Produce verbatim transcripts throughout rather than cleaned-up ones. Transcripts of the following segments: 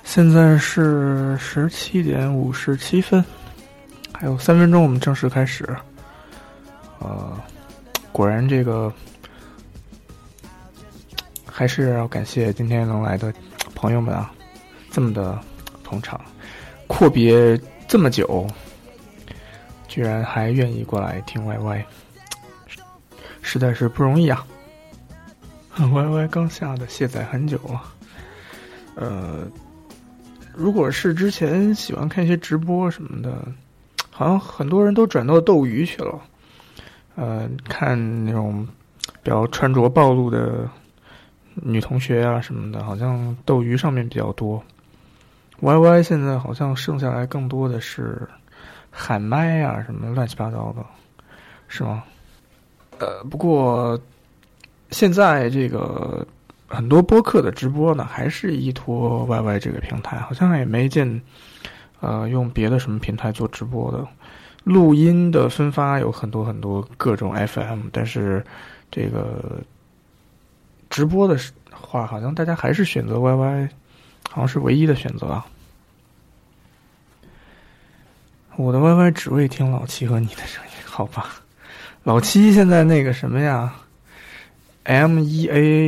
现在是十七点五十七分，还有三分钟我们正式开始。呃，果然这个还是要感谢今天能来的朋友们啊，这么的捧场，阔别这么久，居然还愿意过来听 Y Y， 实在是不容易啊。Y Y 刚下的，卸载很久了。呃，如果是之前喜欢看一些直播什么的，好像很多人都转到斗鱼去了。呃，看那种比较穿着暴露的女同学啊什么的，好像斗鱼上面比较多。Y Y 现在好像剩下来更多的是喊麦啊什么乱七八糟的，是吗？呃，不过现在这个很多播客的直播呢，还是依托 Y Y 这个平台，好像也没见呃用别的什么平台做直播的。录音的分发有很多很多各种 F M， 但是这个直播的话，好像大家还是选择 Y Y， 好像是唯一的选择啊。我的 Y Y 只为听老七和你的声音，好吧？老七现在那个什么呀 ，M 一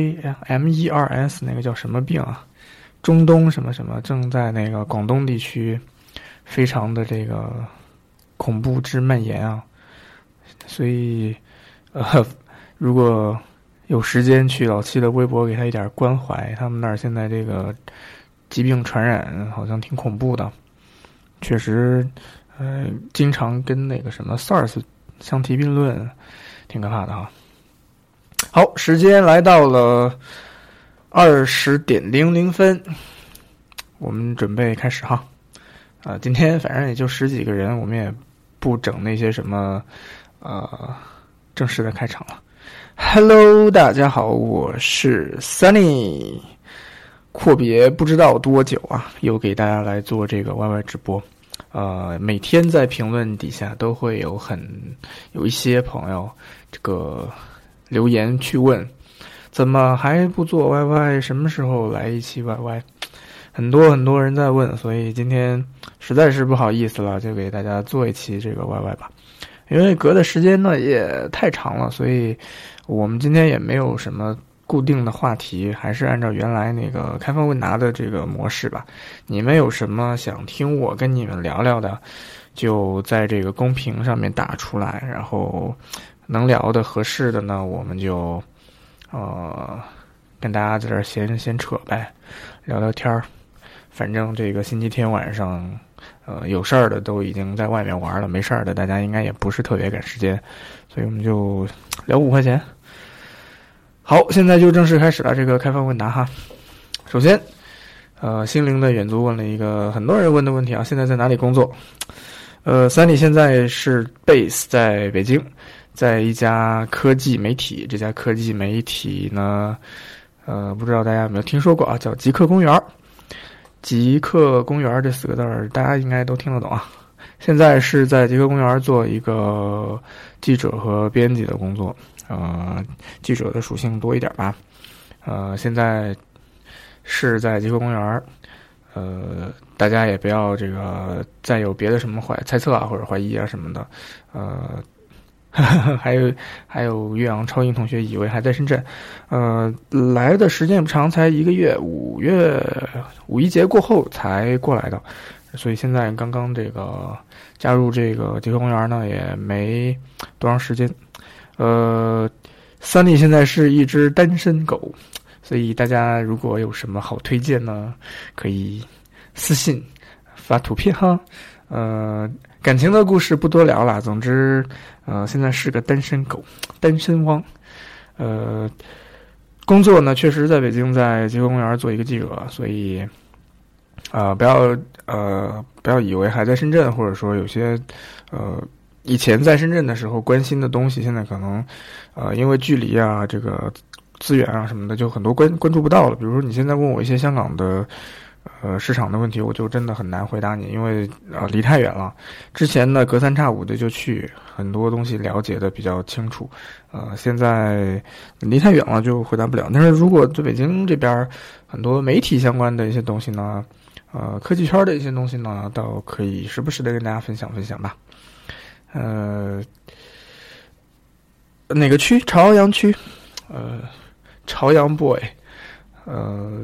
A、M 一 二 S 那个叫什么病啊？中东什么什么，正在那个广东地区非常的这个恐怖之蔓延啊，所以呃，如果有时间去老七的微博给他一点关怀，他们那儿现在这个疾病传染好像挺恐怖的，确实，呃，经常跟那个什么 SARS 相提并论，挺可怕的哈。好，时间来到了二十点零零分，我们准备开始哈。啊、呃，今天反正也就十几个人，我们也不整那些什么呃正式的开场了。Hello， 大家好，我是 Sunny。阔别不知道多久啊，又给大家来做这个 Y Y 直播。呃，每天在评论底下都会有很有一些朋友这个留言去问，怎么还不做 Y Y？ 什么时候来一期 Y Y？ 很多很多人在问，所以今天实在是不好意思了，就给大家做一期这个 Y Y 吧。因为隔的时间呢也太长了，所以我们今天也没有什么固定的话题，还是按照原来那个开放问答的这个模式吧。你们有什么想听我跟你们聊聊的，就在这个公屏上面打出来，然后能聊的合适的呢，我们就呃跟大家在这儿闲闲扯呗，聊聊天儿。反正这个星期天晚上呃有事儿的都已经在外面玩了，没事儿的大家应该也不是特别赶时间，所以我们就聊五块钱。好，现在就正式开始了这个开放问答哈。首先呃心灵的远足问了一个很多人问的问题啊，现在在哪里工作？呃 Sunny 现在是 base 在北京，在一家科技媒体，这家科技媒体呢呃不知道大家有没有听说过啊，叫极客公园。极客公园这四个字儿大家应该都听得懂啊。现在是在极客公园做一个记者和编辑的工作，呃记者的属性多一点吧。呃现在是在极客公园，呃大家也不要这个再有别的什么怀猜测啊或者怀疑啊什么的。呃还有还有岳阳超英同学以为还在深圳，呃，来的时间也不长，才一个月，五月五一节过后才过来的，所以现在刚刚这个加入这个极客公园呢，也没多长时间。呃，Sunny 现在是一只单身狗，所以大家如果有什么好推荐呢，可以私信发图片哈。呃，感情的故事不多聊了。总之，呃，现在是个单身狗，单身汪。呃，工作呢，确实在北京，在极客公园做一个记者，所以，啊、呃，不要呃，不要以为还在深圳，或者说有些呃，以前在深圳的时候关心的东西，现在可能呃，因为距离啊，这个资源啊什么的，就很多关关注不到了。比如说，你现在问我一些香港的。呃，市场的问题我就真的很难回答你，因为呃离太远了。之前呢隔三差五的就去，很多东西了解的比较清楚。呃，现在离太远了就回答不了。但是如果在北京这边很多媒体相关的一些东西呢， 呃，科技圈的一些东西呢，倒可以时不时的跟大家分享分享吧。呃，哪个区？朝阳区，呃，朝阳 boy， 呃，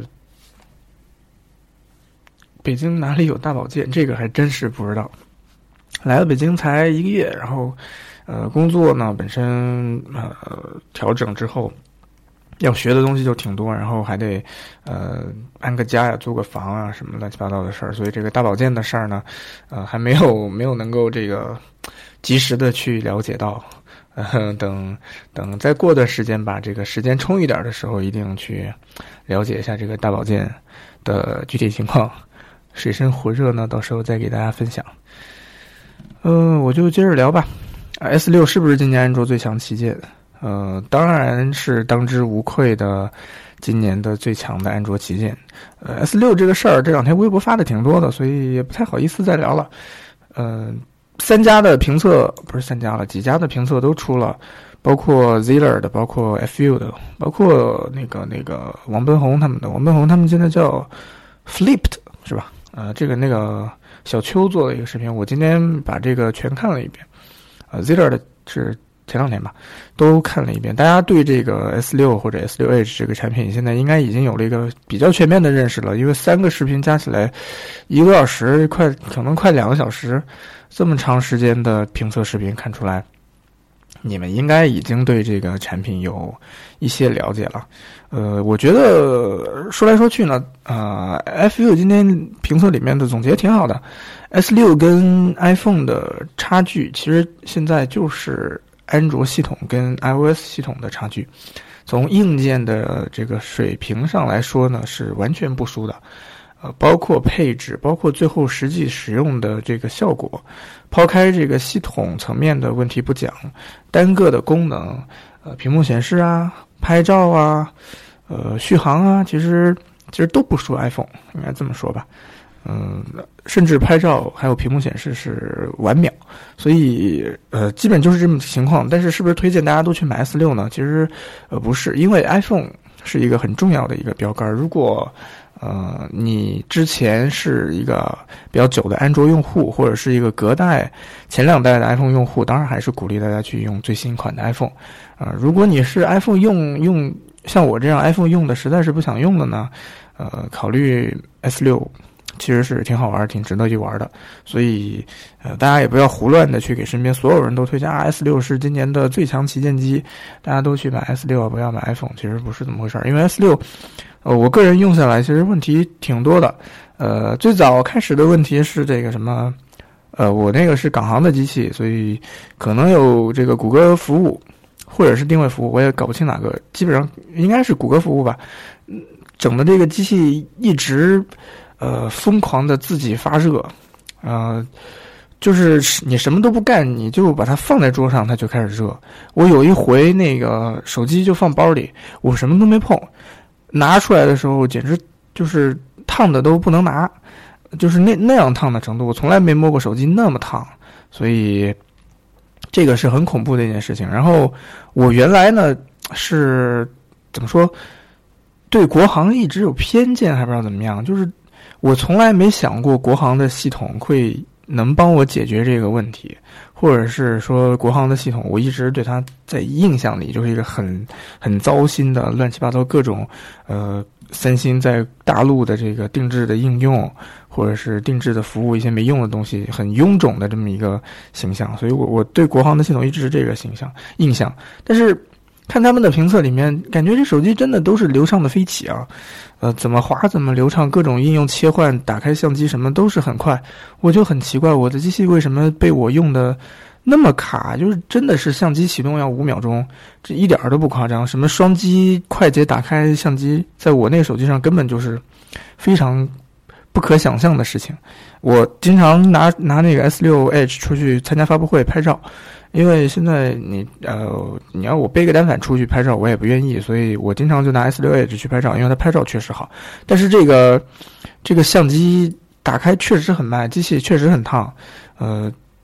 北京哪里有大保健？这个还真是不知道。来了北京才一个月，然后，呃，工作呢本身呃调整之后。要学的东西就挺多，然后还得呃安个家呀、租个房啊，什么乱七八糟的事儿。所以这个大保健的事儿呢，呃还没有没有能够这个及时的去了解到。呃等等再过段时间吧，这个时间充裕点的时候，一定去了解一下这个大保健的具体情况。水深火热呢，到时候再给大家分享。嗯、呃，我就接着聊吧。S 六是不是今年安卓最强旗舰？呃，当然是当之无愧的，今年的最强的安卓旗舰。呃 ，S 六这个事儿这两天微博发的挺多的，所以也不太好意思再聊了。呃，三家的评测不是三家了，几家的评测都出了，包括 Ziller 的，包括 F U 的，包括那个那个王奔宏他们的。王奔宏他们现在叫 Flipped 是吧？呃，这个那个小邱做的一个视频，我今天把这个全看了一遍。呃 ，Ziller 的是。前两天吧，都看了一遍。大家对这个 S 六 或者 S 六 H 这个产品，现在应该已经有了一个比较全面的认识了。因为三个视频加起来一个多小时，快可能快两个小时，这么长时间的评测视频看出来，你们应该已经对这个产品有一些了解了。呃，我觉得说来说去呢，啊、呃、，F U 今天评测里面的总结挺好的。S 六 跟 iPhone 的差距，其实现在就是安卓系统跟 iOS 系统的差距，从硬件的这个水平上来说呢，是完全不输的。呃，包括配置，包括最后实际使用的这个效果，抛开这个系统层面的问题不讲，单个的功能，呃，屏幕显示啊，拍照啊，呃，续航啊，其实其实都不输 iPhone， 应该这么说吧。嗯，甚至拍照还有屏幕显示是完秒，所以呃，基本就是这么情况。但是是不是推荐大家都去买 S 六呢？其实呃不是，因为 iPhone 是一个很重要的一个标杆。如果呃你之前是一个比较久的安卓用户，或者是一个隔代前两代的 iPhone 用户，当然还是鼓励大家去用最新款的 iPhone。啊、呃，如果你是 iPhone 用用像我这样 iPhone 用的实在是不想用了呢，呃，考虑 S 六。其实是挺好玩，挺值得一玩的，所以呃，大家也不要胡乱的去给身边所有人都推荐啊 S 六 是今年的最强旗舰机，大家都去买 S 六 啊，不要买 iPhone， 其实不是这么回事儿。因为 S 六，呃，我个人用下来其实问题挺多的。呃，最早开始的问题是这个什么，呃，我那个是港行的机器，所以可能有这个谷歌服务或者是定位服务，我也搞不清哪个，基本上应该是谷歌服务吧。整的这个机器一直。呃，疯狂的自己发热，呃，就是你什么都不干，你就把它放在桌上，它就开始热。我有一回那个手机就放包里，我什么都没碰，拿出来的时候简直就是烫的都不能拿，就是那那样烫的程度，我从来没摸过手机那么烫，所以这个是很恐怖的一件事情。然后我原来呢是怎么说，对国行一直有偏见，还不知道怎么样，就是。我从来没想过国行的系统会能帮我解决这个问题，或者是说国行的系统，我一直对它在印象里就是一个很很糟心的乱七八糟各种呃三星在大陆的这个定制的应用，或者是定制的服务一些没用的东西，很臃肿的这么一个形象，所以我我对国行的系统一直是这个形象印象，但是。看他们的评测里面，感觉这手机真的都是流畅的飞起啊，呃，怎么滑怎么流畅，各种应用切换、打开相机什么都是很快。我就很奇怪，我的机器为什么被我用的那么卡？就是真的是相机启动要五秒钟，这一点都不夸张。什么双击快捷打开相机，在我那个手机上根本就是非常不可想象的事情。我经常拿拿那个 S 六 Edge 出去参加发布会拍照。因为现在你呃，你要我背个单反出去拍照，我也不愿意，所以我经常就拿 S 六 Edge 去拍照，因为它拍照确实好。但是这个这个相机打开确实很慢，机器确实很烫，呃，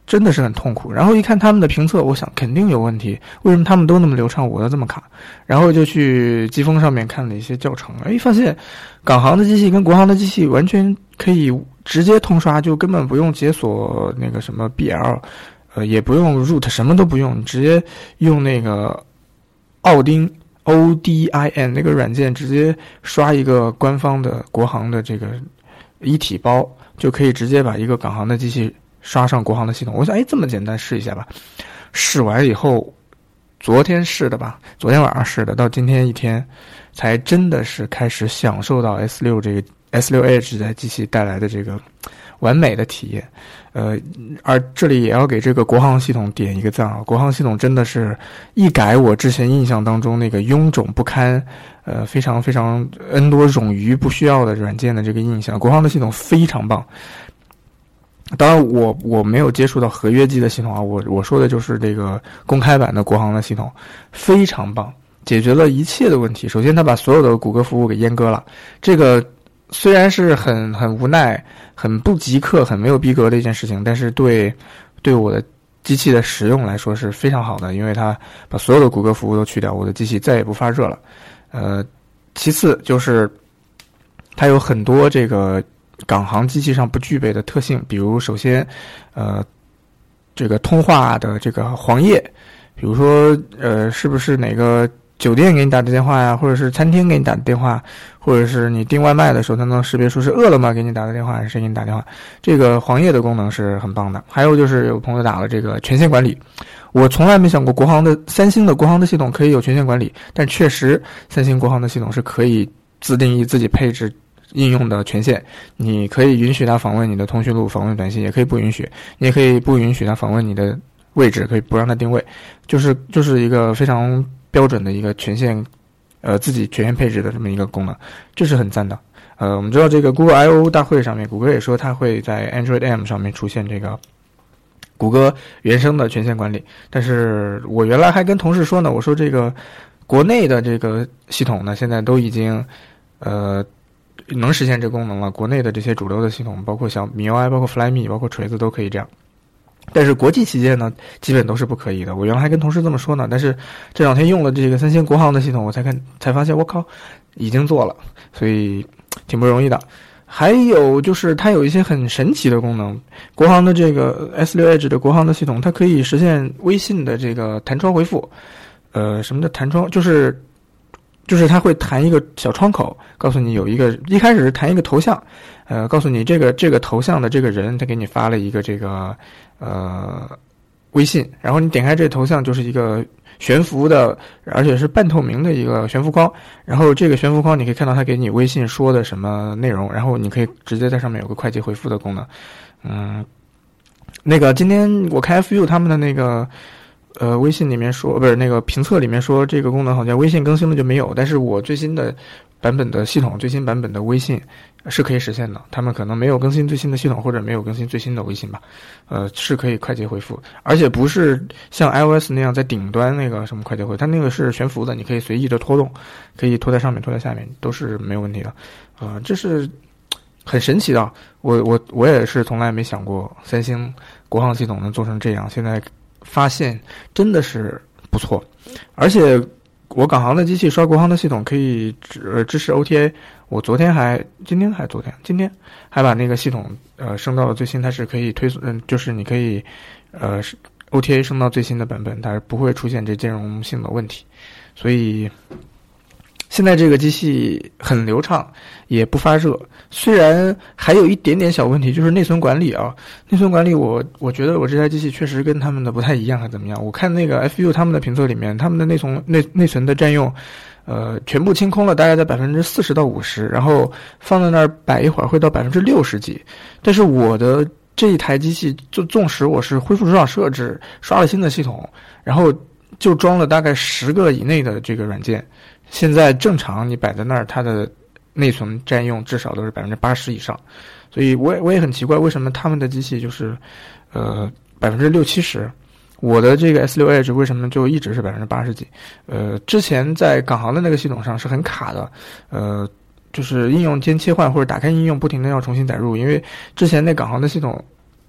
真的是很痛苦。然后一看他们的评测，我想肯定有问题，为什么他们都那么流畅，我的这么卡？然后就去机锋上面看了一些教程，哎，发现港行的机器跟国行的机器完全可以直接通刷，就根本不用解锁那个什么 B L， 呃，也不用 root， 什么都不用，你直接用那个奥丁 O D I N 那个软件直接刷一个官方的国行的这个一体包，就可以直接把一个港行的机器刷上国行的系统。我想，哎，这么简单，试一下吧。试完以后，昨天试的吧，昨天晚上试的，到今天一天，才真的是开始享受到 S 六 这个 S 六 Edge 在机器带来的这个完美的体验。呃，而这里也要给这个国行系统点一个赞啊！国行系统真的是一改我之前印象当中那个臃肿不堪，呃，非常非常 N 多冗余不需要的软件的这个印象。国行的系统非常棒。当然我我没有接触到合约机的系统啊，我我说的就是这个公开版的国行的系统，非常棒，解决了一切的问题。首先它把所有的谷歌服务给阉割了，这个虽然是很很无奈、很不极客、很没有逼格的一件事情，但是对对我的机器的使用来说是非常好的，因为它把所有的谷歌服务都去掉，我的机器再也不发热了。呃，其次就是它有很多这个港行机器上不具备的特性，比如首先，呃，这个通话的这个黄页，比如说呃，是不是哪个酒店给你打的电话呀，或者是餐厅给你打的电话，或者是你订外卖的时候，它能识别出是饿了么给你打的电话还是谁给你打电话。这个黄页的功能是很棒的。还有就是有朋友打了这个权限管理，我从来没想过国行的三星的国行的系统可以有权限管理，但确实三星国行的系统是可以自定义自己配置应用的权限，你可以允许它访问你的通讯录、访问短信，也可以不允许，你也可以不允许它访问你的位置，可以不让它定位，就是就是一个非常标准的一个权限，呃，自己权限配置的这么一个功能，这是很赞的。呃，我们知道这个 Google I O 大会上面，谷歌也说它会在 Android M 上面出现这个谷歌原生的权限管理，但是我原来还跟同事说呢，我说这个国内的这个系统呢，现在都已经呃。能实现这功能了，国内的这些主流的系统，包括像米 U I、包括 Flyme、包括锤子都可以这样。但是国际旗舰呢，基本都是不可以的。我原来还跟同事这么说呢，但是这两天用了这个三星国行的系统，我才看才发现，我靠，已经做了，所以挺不容易的。还有就是它有一些很神奇的功能，国行的这个 S 六 Edge 的国行的系统，它可以实现微信的这个弹窗回复。呃，什么的弹窗就是。就是它会弹一个小窗口，告诉你有一个，一开始是弹一个头像，呃，告诉你这个这个头像的这个人，他给你发了一个这个呃微信，然后你点开这个头像就是一个悬浮的，而且是半透明的一个悬浮框，然后这个悬浮框你可以看到他给你微信说的什么内容，然后你可以直接在上面有个快捷回复的功能。嗯，那个今天我开 F U 他们的那个。呃，微信里面说不是那个评测里面说这个功能好像微信更新了就没有，但是我最新的版本的系统，最新版本的微信是可以实现的。他们可能没有更新最新的系统，或者没有更新最新的微信吧，呃，是可以快捷回复，而且不是像 iOS 那样在顶端那个什么快捷回复，它那个是悬浮的，你可以随意的拖动，可以拖在上面，拖在下面，都是没有问题的。呃，这是很神奇的。我我我也是从来没想过三星国行系统能做成这样，现在。发现真的是不错，而且我港行的机器刷国行的系统可以支呃支持 O T A。我昨天还今天还昨天今天还把那个系统呃升到了最新，它是可以推嗯，就是你可以呃 O T A 升到最新的版本，它不会出现这兼容性的问题，所以。现在这个机器很流畅，也不发热。虽然还有一点点小问题，就是内存管理啊，内存管理我我觉得我这台机器确实跟他们的不太一样，还怎么样？我看那个 F U 他们的评测里面，他们的内存内内存的占用，呃，全部清空了，大概在百分之四十到五十，然后放在那儿摆一会儿会到百分之六十几。但是我的这一台机器，就纵使我是恢复主场设置，刷了新的系统，然后就装了大概十个以内的这个软件。现在正常你摆在那儿，它的内存占用至少都是百分之八十以上，所以我也我也很奇怪，为什么他们的机器就是，呃百分之六七十，我的这个 S 六 Edge 为什么就一直是百分之八十几？呃，之前在港行的那个系统上是很卡的，呃，就是应用间切换或者打开应用不停的要重新载入，因为之前那港行的系统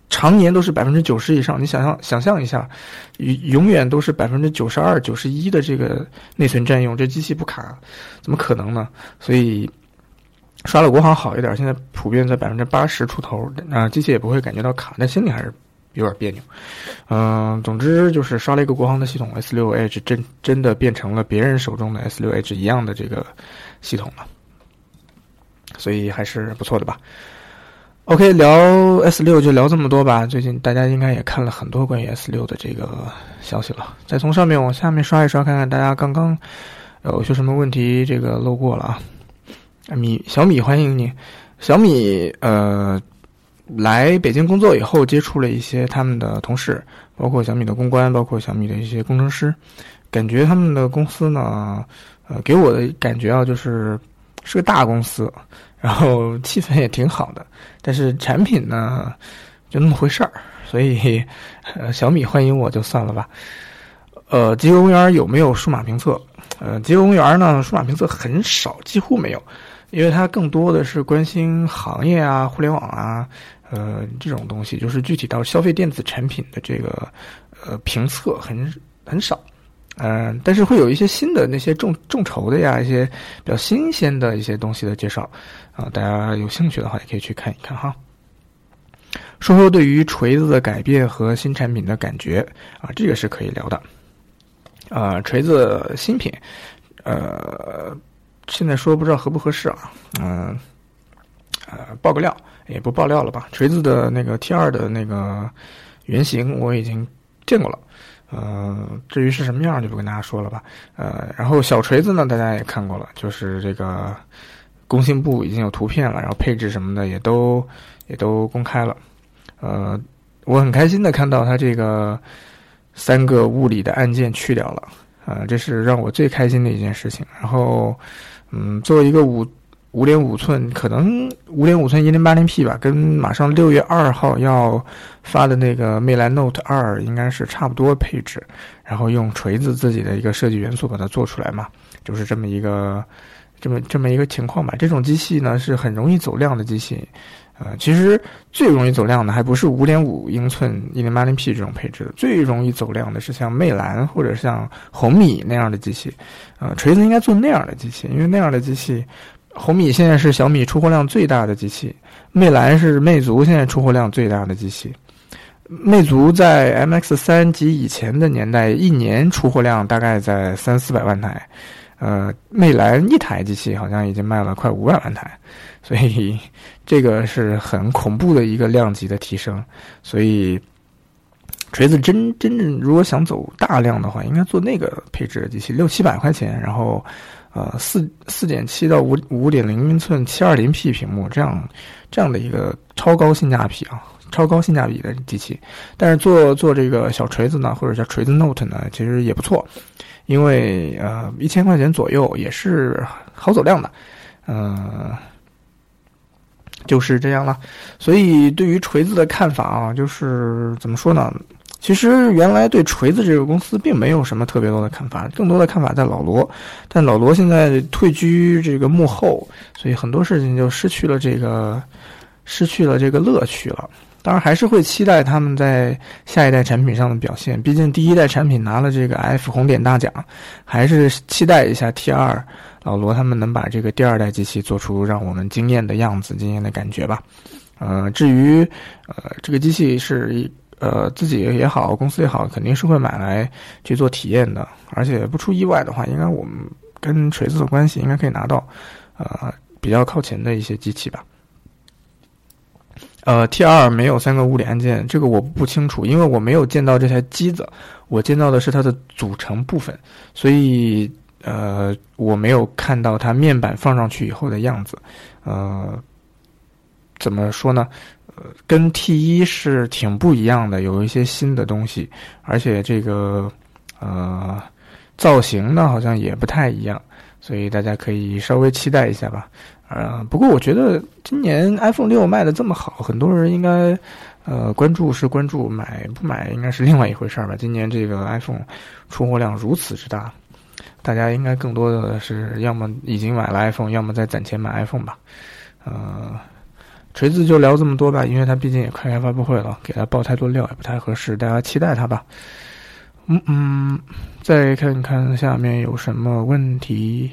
常年都是百分之九十以上，你想象想象一下，永远都是百分之九十二、九十一的这个内存占用，这机器不卡，怎么可能呢？所以刷了国行好一点，现在普遍在百分之八十出头，啊，机器也不会感觉到卡，但心里还是有点别扭。嗯、呃，总之就是刷了一个国行的系统 S 六 H， 真真的变成了别人手中的 S 六 H 一样的这个系统了，所以还是不错的吧。OK， 聊 S 六 就聊这么多吧。最近大家应该也看了很多关于 S 六的这个消息了。再从上面往下面刷一刷，看看大家刚刚有些什么问题这个漏过了啊。米小米欢迎你，小米呃来北京工作以后，接触了一些他们的同事，包括小米的公关，包括小米的一些工程师，感觉他们的公司呢，呃，给我的感觉啊，就是是个大公司。然后气氛也挺好的，但是产品呢就那么回事儿，所以呃小米欢迎我就算了吧。呃，极客公园有没有数码评测？呃，极客公园呢数码评测很少，几乎没有，因为它更多的是关心行业啊、互联网啊，呃这种东西，就是具体到消费电子产品的这个呃评测很很少。嗯、呃，但是会有一些新的那些众众筹的呀，一些比较新鲜的一些东西的介绍啊、呃，大家有兴趣的话也可以去看一看哈。说说对于锤子的改变和新产品的感觉啊，这个是可以聊的。啊、呃，锤子新品，呃，现在说不知道合不合适啊，嗯、呃，呃，爆个料也不爆料了吧。锤子的那个 T 二 的那个原型我已经见过了。呃，至于是什么样就不跟大家说了吧。呃，然后小锤子呢，大家也看过了，就是这个工信部已经有图片了，然后配置什么的也都也都公开了。呃，我很开心的看到它这个三个物理的按键去掉了，呃，这是让我最开心的一件事情。然后，嗯，作为一个五五点五寸，可能五点五寸一零八零 P 吧，跟马上六月二号要发的那个魅蓝 Note 二应该是差不多配置，然后用锤子自己的一个设计元素把它做出来嘛，就是这么一个这么这么一个情况吧。这种机器呢是很容易走量的机器，呃，其实最容易走量的还不是五点五英寸一零八零 P 这种配置的，最容易走量的是像魅蓝或者像红米那样的机器，呃，锤子应该做那样的机器，因为那样的机器。红米现在是小米出货量最大的机器，魅蓝是魅族现在出货量最大的机器。魅族在 M X 三 及以前的年代，一年出货量大概在三四百万台，呃，魅蓝一台机器好像已经卖了快五百万台，所以这个是很恐怖的一个量级的提升。所以锤子真真正如果想走大量的话，应该做那个配置的机器，六七百块钱，然后。呃，四四点七到五五点零英寸七二零 P 屏幕，这样这样的一个超高性价比啊，超高性价比的机器。但是做做这个小锤子呢，或者叫锤子 Note 呢，其实也不错，因为呃一千块钱左右也是好走量的，呃，就是这样了。所以对于锤子的看法啊，就是怎么说呢？其实原来对锤子这个公司并没有什么特别多的看法，更多的看法在老罗，但老罗现在退居这个幕后，所以很多事情就失去了这个失去了这个乐趣了。当然还是会期待他们在下一代产品上的表现，毕竟第一代产品拿了这个 F 红点大奖，还是期待一下 T 二 老罗他们能把这个第二代机器做出让我们惊艳的样子、惊艳的感觉吧。呃，至于呃这个机器是一。呃，自己也好，公司也好，肯定是会买来去做体验的。而且不出意外的话，应该我们跟锤子的关系应该可以拿到，呃，比较靠前的一些机器吧。呃 ，T 二 没有三个物理按键，这个我不清楚，因为我没有见到这台机子，我见到的是它的组成部分，所以呃，我没有看到它面板放上去以后的样子。呃，怎么说呢？呃，跟 T 一 是挺不一样的，有一些新的东西，而且这个呃造型呢好像也不太一样，所以大家可以稍微期待一下吧。呃，不过我觉得今年 iPhone 六卖的这么好，很多人应该呃关注是关注，买不买应该是另外一回事吧。今年这个 iPhone 出货量如此之大，大家应该更多的是要么已经买了 iPhone， 要么在攒钱买 iPhone 吧。呃。 锤子就聊这么多吧，因为它毕竟也快开发布会了，给它爆太多料也不太合适，大家期待它吧。嗯嗯，再看看下面有什么问题。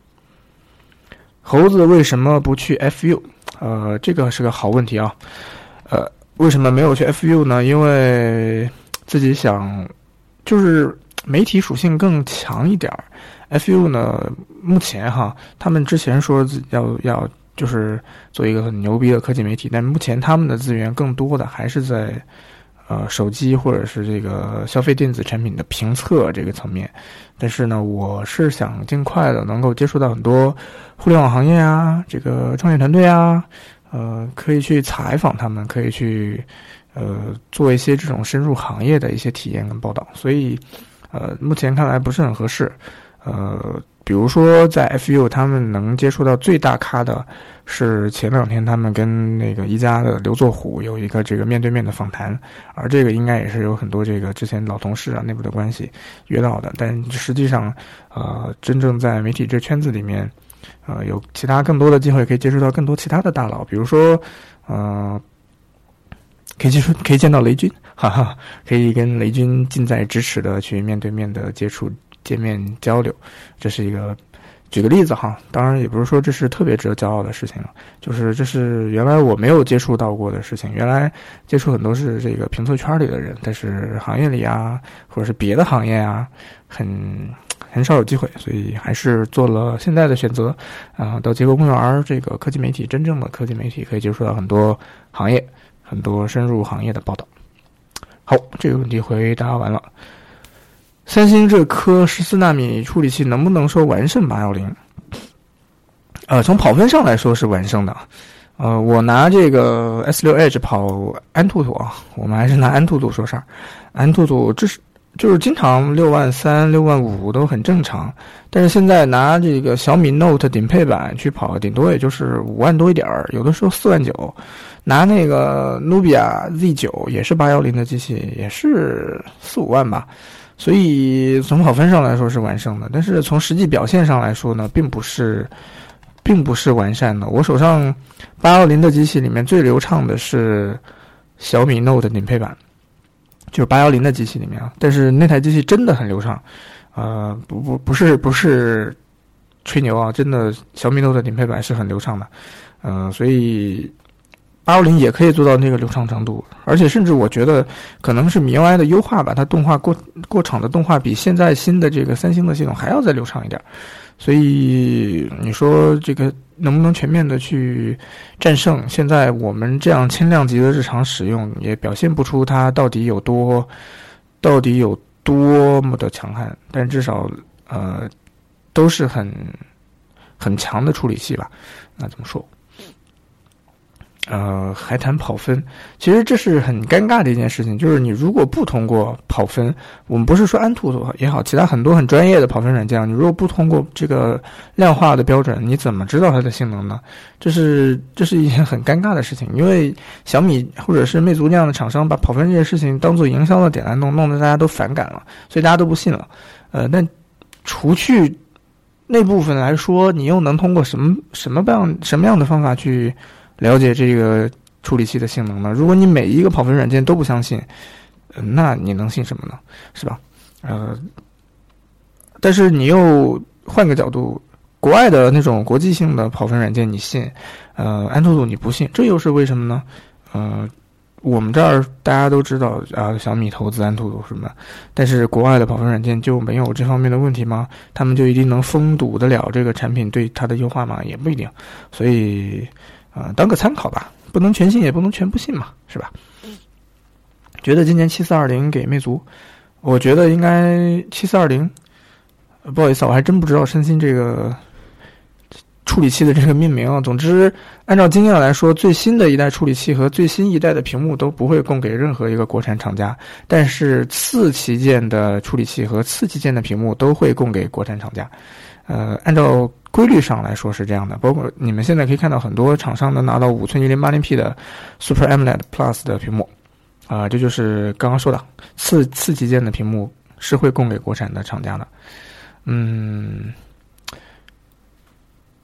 猴子为什么不去 F U？ 呃，这个是个好问题啊。呃，为什么没有去 F U 呢？因为自己想，就是媒体属性更强一点。F U 呢，目前哈，他们之前说要要就是做一个很牛逼的科技媒体，但目前他们的资源更多的还是在呃手机或者是这个消费电子产品的评测这个层面。但是呢，我是想尽快的能够接触到很多互联网行业啊，这个创业团队啊，呃，可以去采访他们，可以去呃做一些这种深入行业的一些体验跟报道。所以呃，目前看来不是很合适。呃，比如说在 F U 他们能接触到最大咖的是前两天他们跟那个一加的刘作虎有一个这个面对面的访谈，而这个应该也是有很多这个之前老同事啊内部的关系约到的，但实际上呃真正在媒体这圈子里面呃有其他更多的机会可以接触到更多其他的大佬，比如说呃可以接触可以见到雷军，哈哈，可以跟雷军近在咫尺的去面对面的接触见面交流，这是一个举个例子哈，当然也不是说这是特别值得骄傲的事情了，就是这是原来我没有接触到过的事情，原来接触很多是这个评测圈里的人，但是行业里啊或者是别的行业啊很很少有机会，所以还是做了现在的选择啊、呃，到结构公园这个科技媒体，真正的科技媒体可以接触到很多行业，很多深入行业的报道。好，这个问题回答完了。三星这颗十四纳米处理器能不能说完胜八一零？呃，从跑分上来说是完胜的。呃，我拿这个 S 六 Edge 跑安兔兔啊，我们还是拿安兔兔说事儿。安兔兔这是就是经常六万三、六万五都很正常，但是现在拿这个小米 Note 顶配版去跑，顶多也就是五万多一点儿，有的时候四万九。拿那个 Nubia Z 九也是八一零的机器，也是四五万吧。所以从跑分上来说是完胜的，但是从实际表现上来说呢，并不是，并不是完善的。我手上八一零的机器里面最流畅的是小米 Note 顶配版，就是八一零的机器里面啊。但是那台机器真的很流畅，呃，不不不是不是吹牛啊，真的小米 Note 顶配版是很流畅的，呃，所以。八一零也可以做到那个流畅程度，而且甚至我觉得可能是 M I U I 的优化吧，它动画过过场的动画比现在新的这个三星的系统还要再流畅一点，所以你说这个能不能全面的去战胜现在我们这样轻量级的日常使用，也表现不出它到底有多到底有多么的强悍，但至少呃都是很很强的处理器吧。那怎么说？呃，还谈跑分，其实这是很尴尬的一件事情。就是你如果不通过跑分，我们不是说安兔兔也好，其他很多很专业的跑分软件，你如果不通过这个量化的标准，你怎么知道它的性能呢？这是这是一件很尴尬的事情。因为小米或者是魅族这样的厂商把跑分这件事情当做营销的点来弄，弄得大家都反感了，所以大家都不信了。呃，但除去那部分来说，你又能通过什么什么样什么样的方法去了解这个处理器的性能呢？如果你每一个跑分软件都不相信，呃、那你能信什么呢？是吧？呃，但是你又换个角度，国外的那种国际性的跑分软件你信，呃，安兔兔你不信，这又是为什么呢？呃，我们这儿大家都知道啊，小米投资安兔兔什么，但是国外的跑分软件就没有这方面的问题吗？他们就一定能封堵得了这个产品对它的优化吗？也不一定，所以。呃，当个参考吧，不能全信也不能全不信嘛，是吧？觉得今年七四二零给魅族，我觉得应该七四二零，不好意思，我还真不知道三星这个处理器的这个命名啊。总之，按照经验来说，最新的一代处理器和最新一代的屏幕都不会供给任何一个国产厂家，但是次旗舰的处理器和次旗舰的屏幕都会供给国产厂家。呃，按照规律上来说是这样的，包括你们现在可以看到很多厂商能拿到五寸一零八零 P 的 Super AMOLED Plus 的屏幕，啊、呃，这就是刚刚说的次次旗舰的屏幕是会供给国产的厂家的。嗯，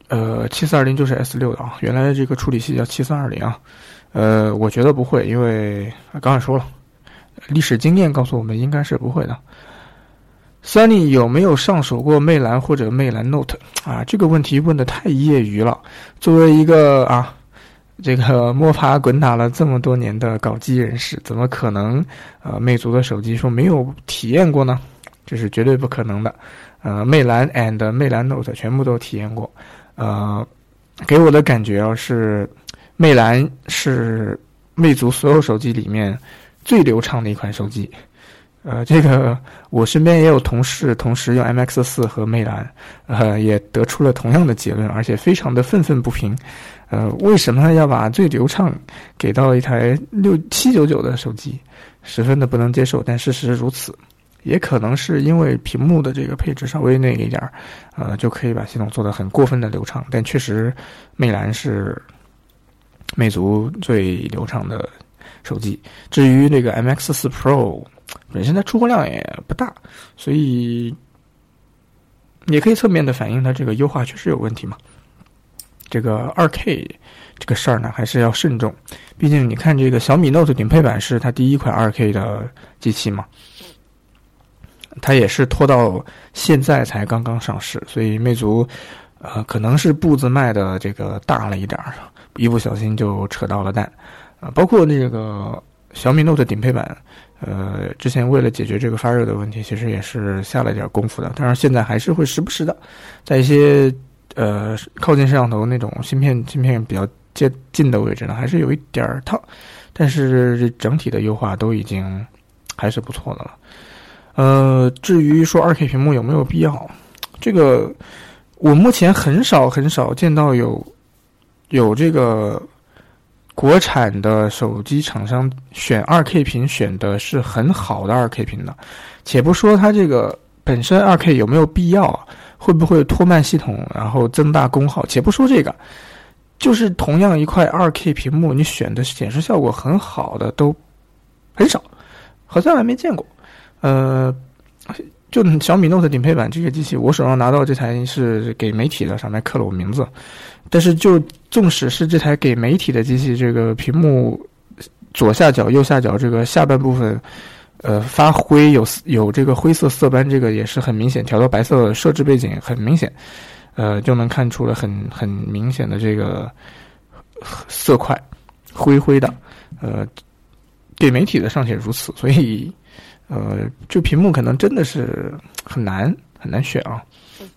呃，七四二零就是 S 六 的啊，原来这个处理器叫七四二零啊。呃，我觉得不会，因为刚才说了，历史经验告诉我们应该是不会的。Sunny 有没有上手过魅蓝或者魅蓝 Note 啊？这个问题问得太业余了。作为一个啊，这个摸爬滚打了这么多年的搞机人士，怎么可能呃魅族的手机说没有体验过呢？这是绝对不可能的。呃，魅蓝 and 魅蓝 Note 全部都体验过。呃，给我的感觉啊是，魅蓝是魅族所有手机里面最流畅的一款手机。呃，这个我身边也有同事同时用 M X 四 和魅蓝，呃，也得出了同样的结论，而且非常的愤愤不平。呃，为什么要把最流畅给到一台六七九九的手机，十分的不能接受。但事实如此，也可能是因为屏幕的这个配置稍微那个一点儿，呃，就可以把系统做得很过分的流畅。但确实，魅蓝是魅族最流畅的手机。至于这个 M X 四 Pro。本身它出货量也不大，所以也可以侧面的反映它这个优化确实有问题嘛。这个 二 K 这个事儿呢，还是要慎重。毕竟你看这个小米 Note 顶配版是它第一款 二 K 的机器嘛，它也是拖到现在才刚刚上市，所以魅族呃可能是步子迈的这个大了一点，一不小心就扯到了蛋。呃，包括那个小米 Note 顶配版。呃，之前为了解决这个发热的问题，其实也是下了点功夫的。当然，现在还是会时不时的，在一些呃靠近摄像头那种芯片芯片比较接近的位置呢，还是有一点烫。但是整体的优化都已经还是不错的了。呃，至于说 二 K 屏幕有没有必要，这个我目前很少很少见到有有这个。国产的手机厂商选 二 K 屏选的是很好的 二 K 屏的，且不说它这个本身 二 K 有没有必要啊，会不会拖慢系统，然后增大功耗，且不说这个，就是同样一块 二 K 屏幕，你选的显示效果很好的都很少，好像还没见过。呃，就小米 Note 顶配版这个机器，我手上拿到这台是给媒体的，上面刻了我名字。但是就纵使是这台给媒体的机器，这个屏幕左下角、右下角这个下半部分，呃，发灰有有这个灰色色斑，这个也是很明显，调到白色设置背景很明显，呃，就能看出了很很明显的这个色块，灰灰的，呃，给媒体的尚且如此，所以呃，这屏幕可能真的是很难很难选啊，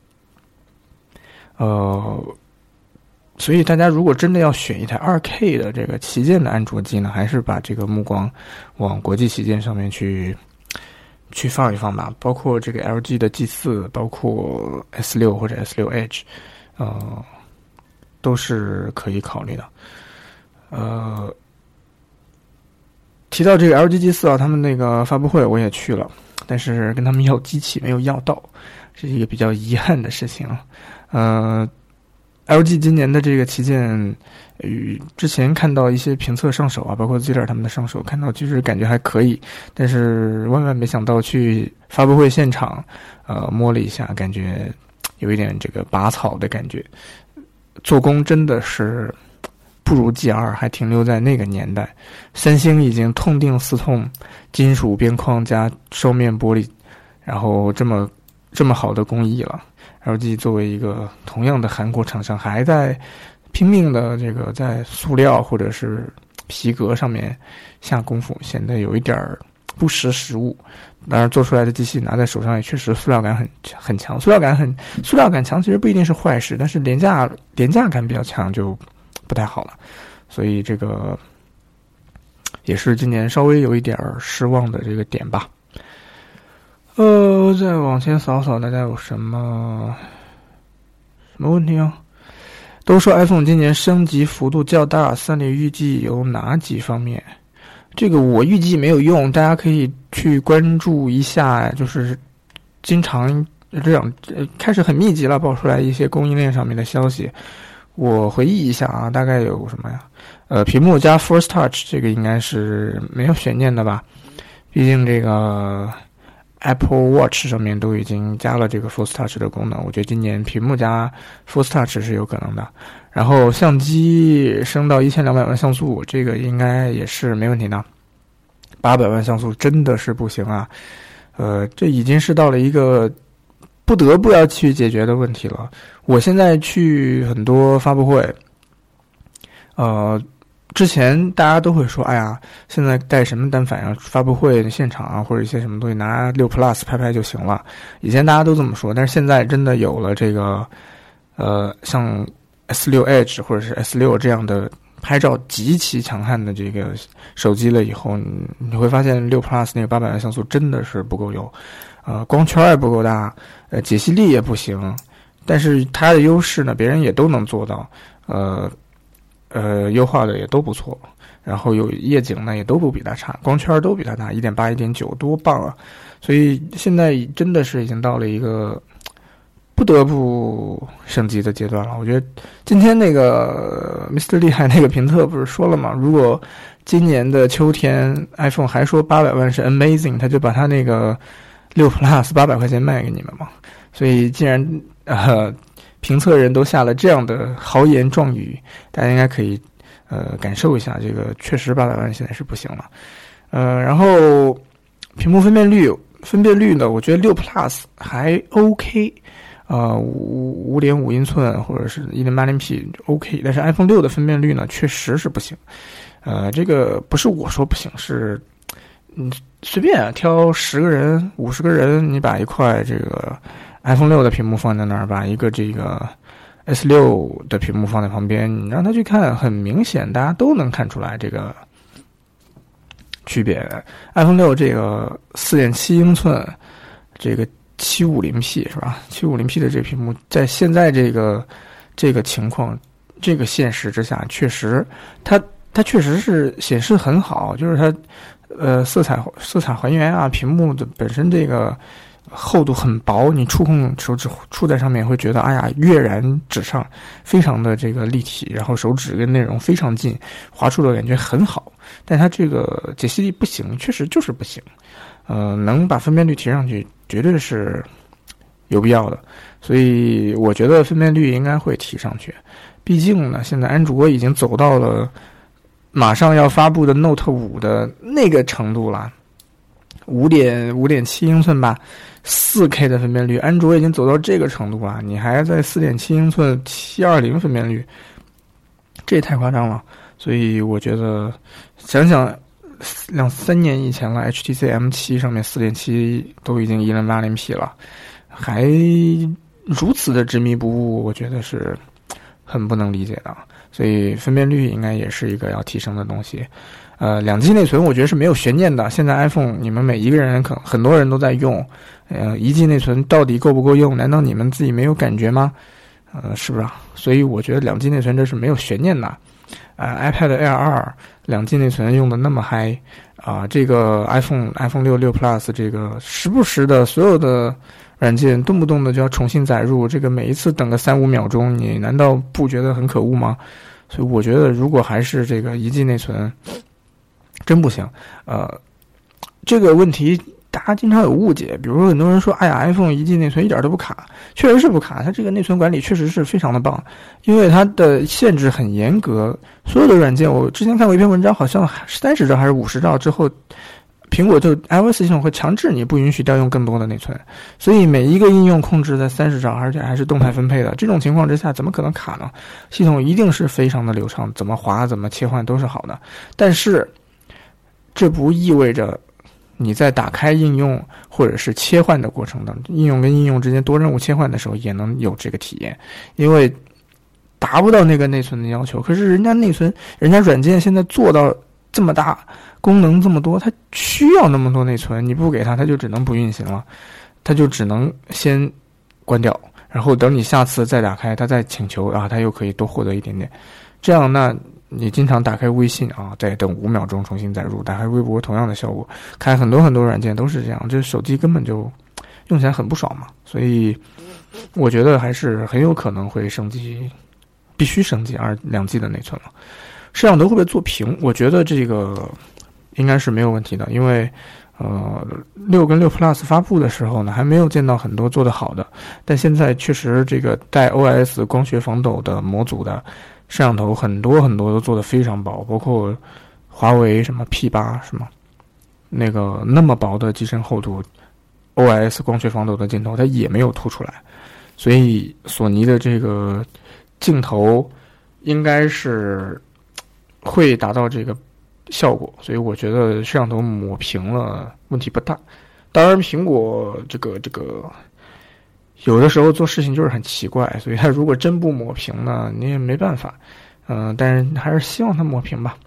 呃。所以大家如果真的要选一台 二 K 的这个旗舰的安卓机呢，还是把这个目光往国际旗舰上面去去放一放吧。包括这个 L G 的 G 四，包括 S 六 或者 S 六 Edge， 呃，都是可以考虑的。呃，提到这个 L G G 四啊，他们那个发布会我也去了，但是跟他们要机器没有要到，是一个比较遗憾的事情。呃。L G 今年的这个旗舰，与之前看到一些评测上手啊，包括 Ziller 他们的上手，看到其实感觉还可以，但是万万没想到去发布会现场，呃，摸了一下，感觉有一点这个拔草的感觉，做工真的是不如 G 二，还停留在那个年代。三星已经痛定思痛，金属边框加双面玻璃，然后这么这么好的工艺了。L G 作为一个同样的韩国厂商，还在拼命的这个在塑料或者是皮革上面下功夫，显得有一点不识时务。当然，做出来的机器拿在手上也确实塑料感很很强，塑料感很塑料感强，其实不一定是坏事，但是廉价廉价感比较强就不太好了。所以这个也是今年稍微有一点失望的这个点吧。呃，再往前扫扫，大家有什么什么问题啊？都说 iPhone 今年升级幅度较大，三里预计有哪几方面？这个我预计没有用，大家可以去关注一下，就是经常这样开始很密集了，爆出来一些供应链上面的消息。我回忆一下啊，大概有什么呀？呃，屏幕加 Force Touch 这个应该是没有悬念的吧？毕竟这个 Apple Watch 上面都已经加了这个 Force Touch 的功能，我觉得今年屏幕加 Force Touch 是有可能的。然后相机升到一千两百万像素，这个应该也是没问题的。八百万像素真的是不行啊，呃，这已经是到了一个不得不要去解决的问题了。我现在去很多发布会，呃。之前大家都会说，哎呀，现在带什么单反啊，发布会现场啊，或者一些什么东西拿六 Plus 拍拍就行了。以前大家都这么说，但是现在真的有了这个，呃，像 S 六 Edge 或者是 S 六 这样的拍照极其强悍的这个手机了以后，你会发现六 Plus 那个八百万像素真的是不够用，呃，光圈也不够大，呃，解析力也不行。但是它的优势呢，别人也都能做到，呃。呃，优化的也都不错，然后有夜景呢也都不比它差，光圈都比它大， 一点八 一点九 多棒啊！所以现在真的是已经到了一个不得不升级的阶段了。我觉得今天那个 Mister 厉害那个评测不是说了吗？如果今年的秋天 iPhone 还说八百万是 amazing， 他就把他那个六 Plus 八百块钱卖给你们嘛。所以既然呃评测人都下了这样的豪言壮语，大家应该可以呃感受一下，这个确实八百万现在是不行了。呃，然后屏幕分辨率分辨率呢，我觉得六 Plus 还 OK， 呃五五点五英寸或者是 一点八零 P OK， 但是 iPhone 六的分辨率呢确实是不行。呃，这个不是我说不行，是嗯随便啊挑十个人五十个人，你把一块这个iPhone 六的屏幕放在那儿，把一个这个 S 六 的屏幕放在旁边，你让他去看，很明显大家都能看出来这个区别。 iPhone 六这个 四点七英寸这个 七五零 P 是吧 七五零 P 的这个屏幕在现在这个这个情况这个现实之下，确实它它确实是显示很好，就是它呃色彩色彩还原啊，屏幕的本身这个厚度很薄，你触控手指触在上面会觉得哎呀跃然纸上，非常的这个立体，然后手指跟内容非常近，滑触的感觉很好。但它这个解析力不行，确实就是不行。呃，能把分辨率提上去，绝对是有必要的。所以我觉得分辨率应该会提上去。毕竟呢，现在安卓已经走到了马上要发布的 Note 五的那个程度了。五点五点七英寸吧， 四 K 的分辨率，安卓已经走到这个程度了，你还在 四点七英寸七二零分辨率，这也太夸张了。所以我觉得想想两三年以前了， H T C M 七 上面 四点七 都已经 一零八零 P 了，还如此的执迷不悟，我觉得是很不能理解的。所以分辨率应该也是一个要提升的东西。呃，两 G 内存我觉得是没有悬念的。现在 iPhone 你们每一个人可能很多人都在用，呃，一 G 内存到底够不够用？难道你们自己没有感觉吗？呃，是不是啊？所以我觉得两 G 内存这是没有悬念的。呃 ，iPad Air 二两 G 内存用的那么嗨啊、呃，这个 iPhone iPhone 六六 Plus 这个时不时的所有的软件动不动的就要重新载入，这个每一次等个三五秒钟，你难道不觉得很可恶吗？所以我觉得如果还是这个一 G 内存，真不行。呃，这个问题大家经常有误解，比如说很多人说，哎呀 iPhone 一 G 内存一点都不卡，确实是不卡，它这个内存管理确实是非常的棒，因为它的限制很严格，所有的软件，我之前看过一篇文章，好像三十兆还是五十兆之后，苹果就 iOS 系统会强制你不允许调用更多的内存，所以每一个应用控制在三十兆，而且还是动态分配的。这种情况之下，怎么可能卡呢？系统一定是非常的流畅，怎么滑怎么切换都是好的。但是这不意味着你在打开应用或者是切换的过程当中，应用跟应用之间多任务切换的时候也能有这个体验，因为达不到那个内存的要求。可是人家内存，人家软件现在做到这么大，功能这么多，它需要那么多内存，你不给它，它就只能不运行了，它就只能先关掉，然后等你下次再打开，它再请求啊，它又可以多获得一点点。这样那你经常打开微信啊，再等五秒钟重新载入，打开微博同样的效果，开很多很多软件都是这样，这手机根本就用起来很不爽嘛。所以我觉得还是很有可能会升级，必须升级二两 G 的内存了。摄像头会不会做屏？我觉得这个应该是没有问题的，因为呃，六跟六 Plus 发布的时候呢，还没有见到很多做得好的，但现在确实这个带 O S 光学防抖的模组的摄像头很多很多都做得非常薄，包括华为什么 P 八 什么那个那么薄的机身厚度 O S 光学防抖的镜头它也没有凸出来，所以索尼的这个镜头应该是会达到这个效果，所以我觉得摄像头抹平了问题不大。当然苹果这个这个有的时候做事情就是很奇怪，所以它如果真不抹平呢，你也没办法。嗯、呃，但是还是希望它抹平吧。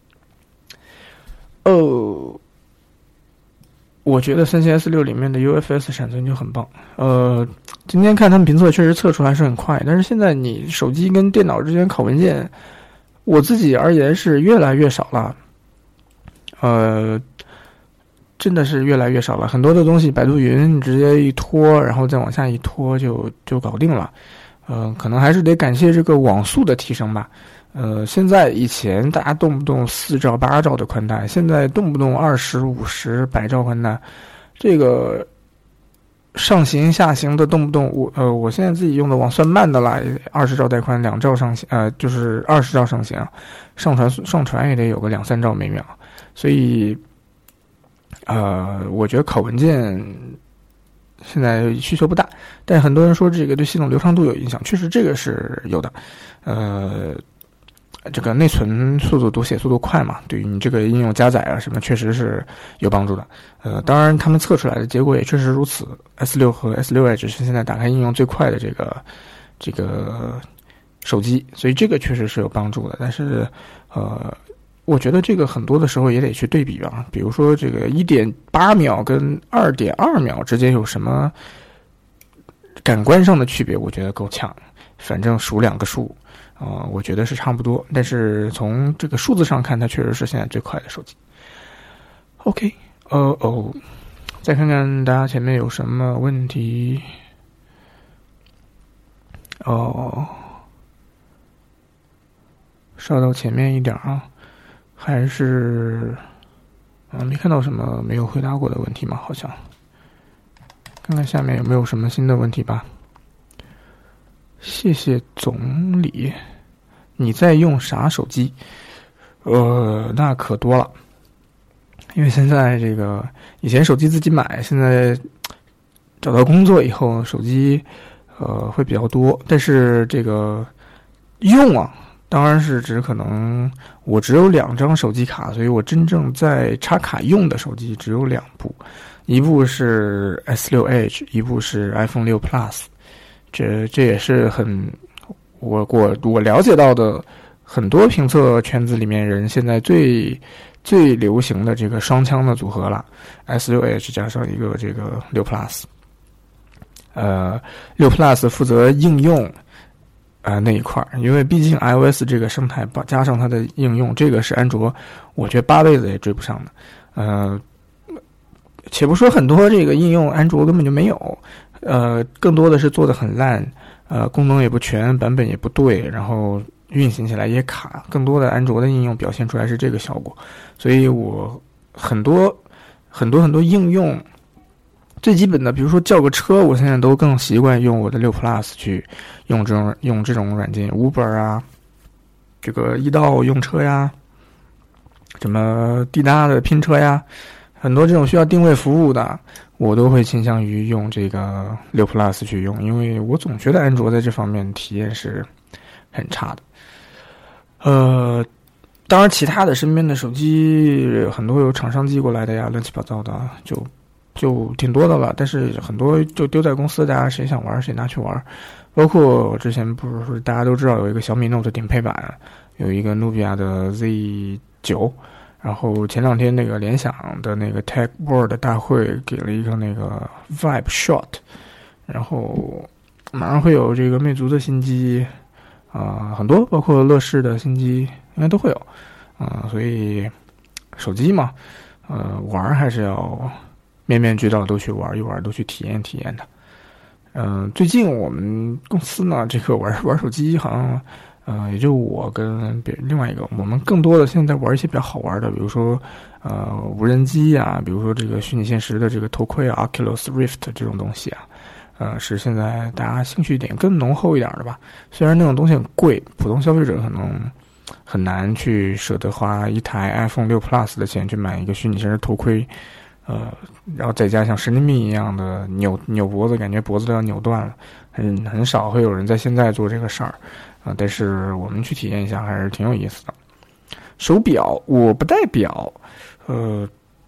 哦，我觉得三星 S 六 里面的 U F S 闪存就很棒。呃，今天看他们评测确实测出来是很快，但是现在你手机跟电脑之间拷文件，我自己而言是越来越少了。呃，真的是越来越少了。很多的东西，百度云直接一拖，然后再往下一拖就就搞定了。呃，可能还是得感谢这个网速的提升吧。呃，现在以前大家动不动四兆、八兆的宽带，现在动不动二十五十、百兆宽带，这个上行下行的动不动我呃，我现在自己用的网算慢的啦，二十兆带宽，两兆上行，呃，就是二十兆上行，上传上传也得有个两三兆每秒。所以，呃，我觉得拷文件现在需求不大，但很多人说这个对系统流畅度有影响，确实这个是有的。呃，这个内存速度、读写速度快嘛，对于你这个应用加载啊什么，确实是有帮助的。呃，当然他们测出来的结果也确实如此。S 六 和 S 六 Edge 是现在打开应用最快的这个这个手机，所以这个确实是有帮助的。但是，呃。我觉得这个很多的时候也得去对比吧，比如说这个 一点八 秒跟 二点二 秒之间有什么感官上的区别，我觉得够呛。反正数两个数，呃，我觉得是差不多。但是从这个数字上看，它确实是现在最快的手机。OK， 哦哦，再看看大家前面有什么问题。哦，稍到前面一点啊。还是啊，没看到什么没有回答过的问题吗？好像看看下面有没有什么新的问题吧。谢谢总理，你在用啥手机？呃，那可多了，因为现在这个以前手机自己买，现在找到工作以后，手机呃会比较多，但是这个用啊。当然是指可能我只有两张手机卡，所以我真正在插卡用的手机只有两部，一部是 S 六 Edge， 一部是 iPhone 六 Plus。这这也是很我我我了解到的很多评测圈子里面人现在最最流行的这个双枪的组合了 ，S 六 Edge 加上一个这个六 Plus。呃，六 Plus 负责应用。呃，那一块儿，因为毕竟 iOS 这个生态加上它的应用，这个是安卓，我觉得八辈子也追不上的。呃，且不说很多这个应用安卓根本就没有，呃，更多的是做的很烂，呃，功能也不全，版本也不对，然后运行起来也卡。更多的安卓的应用表现出来是这个效果，所以我很多很多很多应用。最基本的，比如说叫个车，我现在都更习惯用我的六 Plus 去用这种用这种软件 ，Uber 啊，这个易到用车呀，什么滴答的拼车呀，很多这种需要定位服务的，我都会倾向于用这个六 Plus 去用，因为我总觉得安卓在这方面体验是很差的。呃，当然其他的身边的手机很多有厂商寄过来的呀，乱七八糟的就。就挺多的了，但是很多就丢在公司，大家谁想玩谁拿去玩。包括之前不是说大家都知道有一个小米 Note 顶配版，有一个努比亚的 Z 九，然后前两天那个联想的那个 Tech World 大会给了一个那个 Vibe Shot， 然后马上会有这个魅族的新机啊、呃，很多包括乐视的新机应该都会有啊、呃，所以手机嘛，呃，玩还是要。面面俱到都去玩一玩，都去体验体验的。嗯、呃，最近我们公司呢，这个玩玩手机好像呃，也就我跟别另外一个，我们更多的现在玩一些比较好玩的，比如说呃无人机啊，比如说这个虚拟现实的这个头盔啊 ，Oculus Rift 这种东西啊，呃，是现在大家兴趣点更浓厚一点的吧。虽然那种东西很贵，普通消费者可能很难去舍得花一台 iPhone 六 Plus 的钱去买一个虚拟现实头盔，呃，然后再加像神经病一样的扭扭脖子，感觉脖子都要扭断了，很很少会有人在现在做这个事儿。啊，但是我们去体验一下还是挺有意思的。手表我不戴表，呃，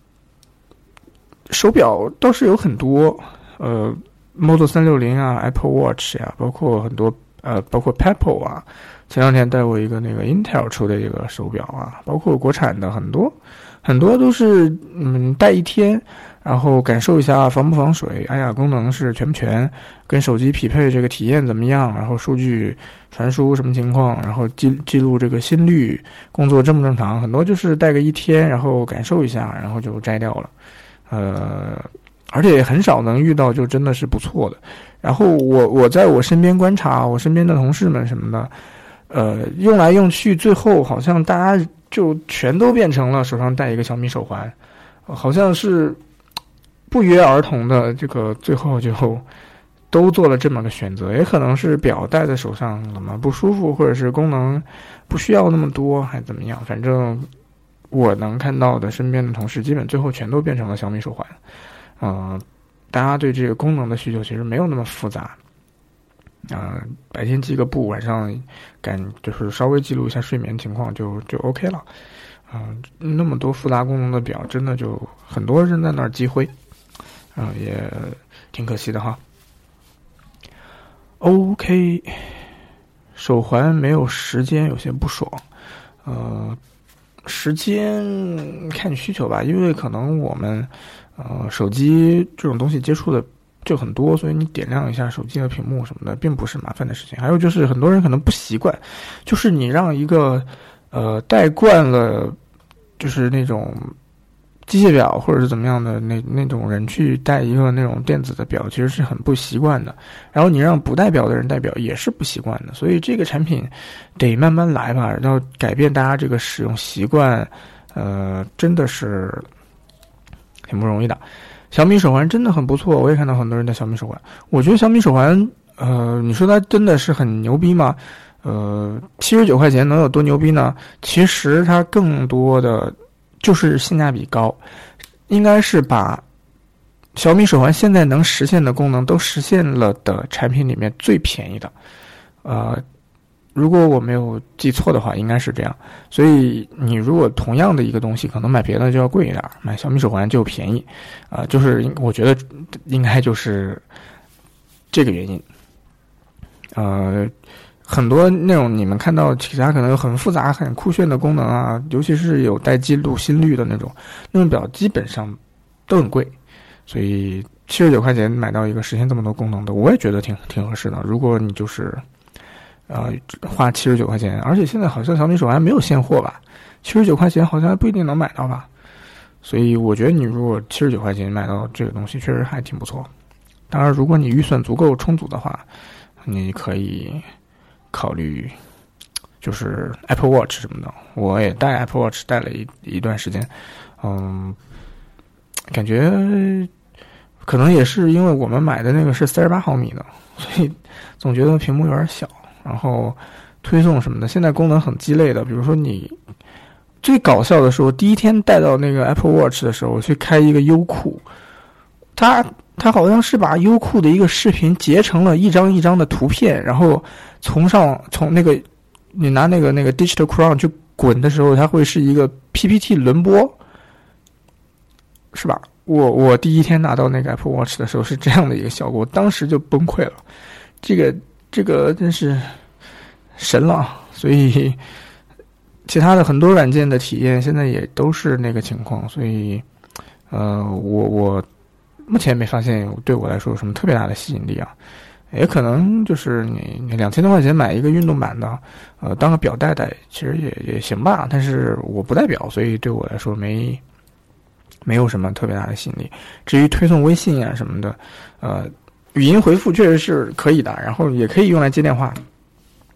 手表倒是有很多，呃 ，Model 三六零啊 ，Apple Watch 呀、啊，包括很多呃，包括 Pebble 啊，前两天带过一个那个 Intel 出的一个手表啊，包括国产的很多，很多都是嗯戴一天。然后感受一下防不防水，哎呀，功能是全不全，跟手机匹配这个体验怎么样，然后数据传输什么情况，然后记记录这个心率，工作正不正常，很多就是戴个一天，然后感受一下，然后就摘掉了，呃，而且很少能遇到就真的是不错的。然后我我在我身边观察，我身边的同事们什么的，呃，用来用去，最后好像大家就全都变成了手上戴一个小米手环，好像是。不约而同的，这个最后就都做了这么个选择，也可能是表戴在手上怎么不舒服，或者是功能不需要那么多，还怎么样？反正我能看到的身边的同事，基本最后全都变成了小米手环。嗯、呃，大家对这个功能的需求其实没有那么复杂。啊、呃，白天记个步，晚上感就是稍微记录一下睡眠情况就就 OK 了。嗯、呃，那么多复杂功能的表，真的就很多人在那儿积灰。啊、嗯，也挺可惜的哈。OK， 手环没有时间，有些不爽。呃，时间看你需求吧，因为可能我们呃手机这种东西接触的就很多，所以你点亮一下手机的屏幕什么的，并不是麻烦的事情。还有就是很多人可能不习惯，就是你让一个呃戴惯了，就是那种。机械表或者是怎么样的那那种人去戴一个那种电子的表，其实是很不习惯的。然后你让不戴表的人戴表也是不习惯的，所以这个产品得慢慢来吧，然后改变大家这个使用习惯，呃，真的是挺不容易的。小米手环真的很不错，我也看到很多人戴小米手环。我觉得小米手环，呃，你说它真的是很牛逼吗？呃，七十九块钱能有多牛逼呢？其实它更多的。就是性价比高，应该是把小米手环现在能实现的功能都实现了的产品里面最便宜的，呃，如果我没有记错的话，应该是这样。所以你如果同样的一个东西，可能买别的就要贵一点，买小米手环就便宜，啊、呃，就是我觉得应该就是这个原因，呃。很多那种你们看到其他可能有很复杂很酷炫的功能啊，尤其是有带记录心率的那种那种表基本上都很贵，所以七十九块钱买到一个实现这么多功能的，我也觉得挺挺合适的。如果你就是呃花七十九块钱，而且现在好像小米手环没有现货吧，七十九块钱好像还不一定能买到吧，所以我觉得你如果七十九块钱买到这个东西确实还挺不错。当然如果你预算足够充足的话，你可以考虑就是 Apple Watch 什么的，我也戴 Apple Watch 戴了一一段时间，嗯，感觉可能也是因为我们买的那个是四十八毫米的，所以总觉得屏幕有点小，然后推送什么的，现在功能很鸡肋的，比如说你最搞笑的是，我第一天带到那个 Apple Watch 的时候，我去开一个优酷，它它好像是把优酷的一个视频截成了一张一张的图片，然后从上从那个你拿那个那个 Digital Crown 去滚的时候，它会是一个 P P T 轮播，是吧？我我第一天拿到那个 Apple Watch 的时候是这样的一个效果，我当时就崩溃了，这个这个真是神了。所以其他的很多软件的体验现在也都是那个情况，所以呃，我我目前没发现对我来说有什么特别大的吸引力啊。也可能就是你你两千多块钱买一个运动版的，呃，当个表带带，其实也也行吧。但是我不戴表，所以对我来说没没有什么特别大的吸引力。至于推送微信啊什么的，呃，语音回复确实是可以的，然后也可以用来接电话。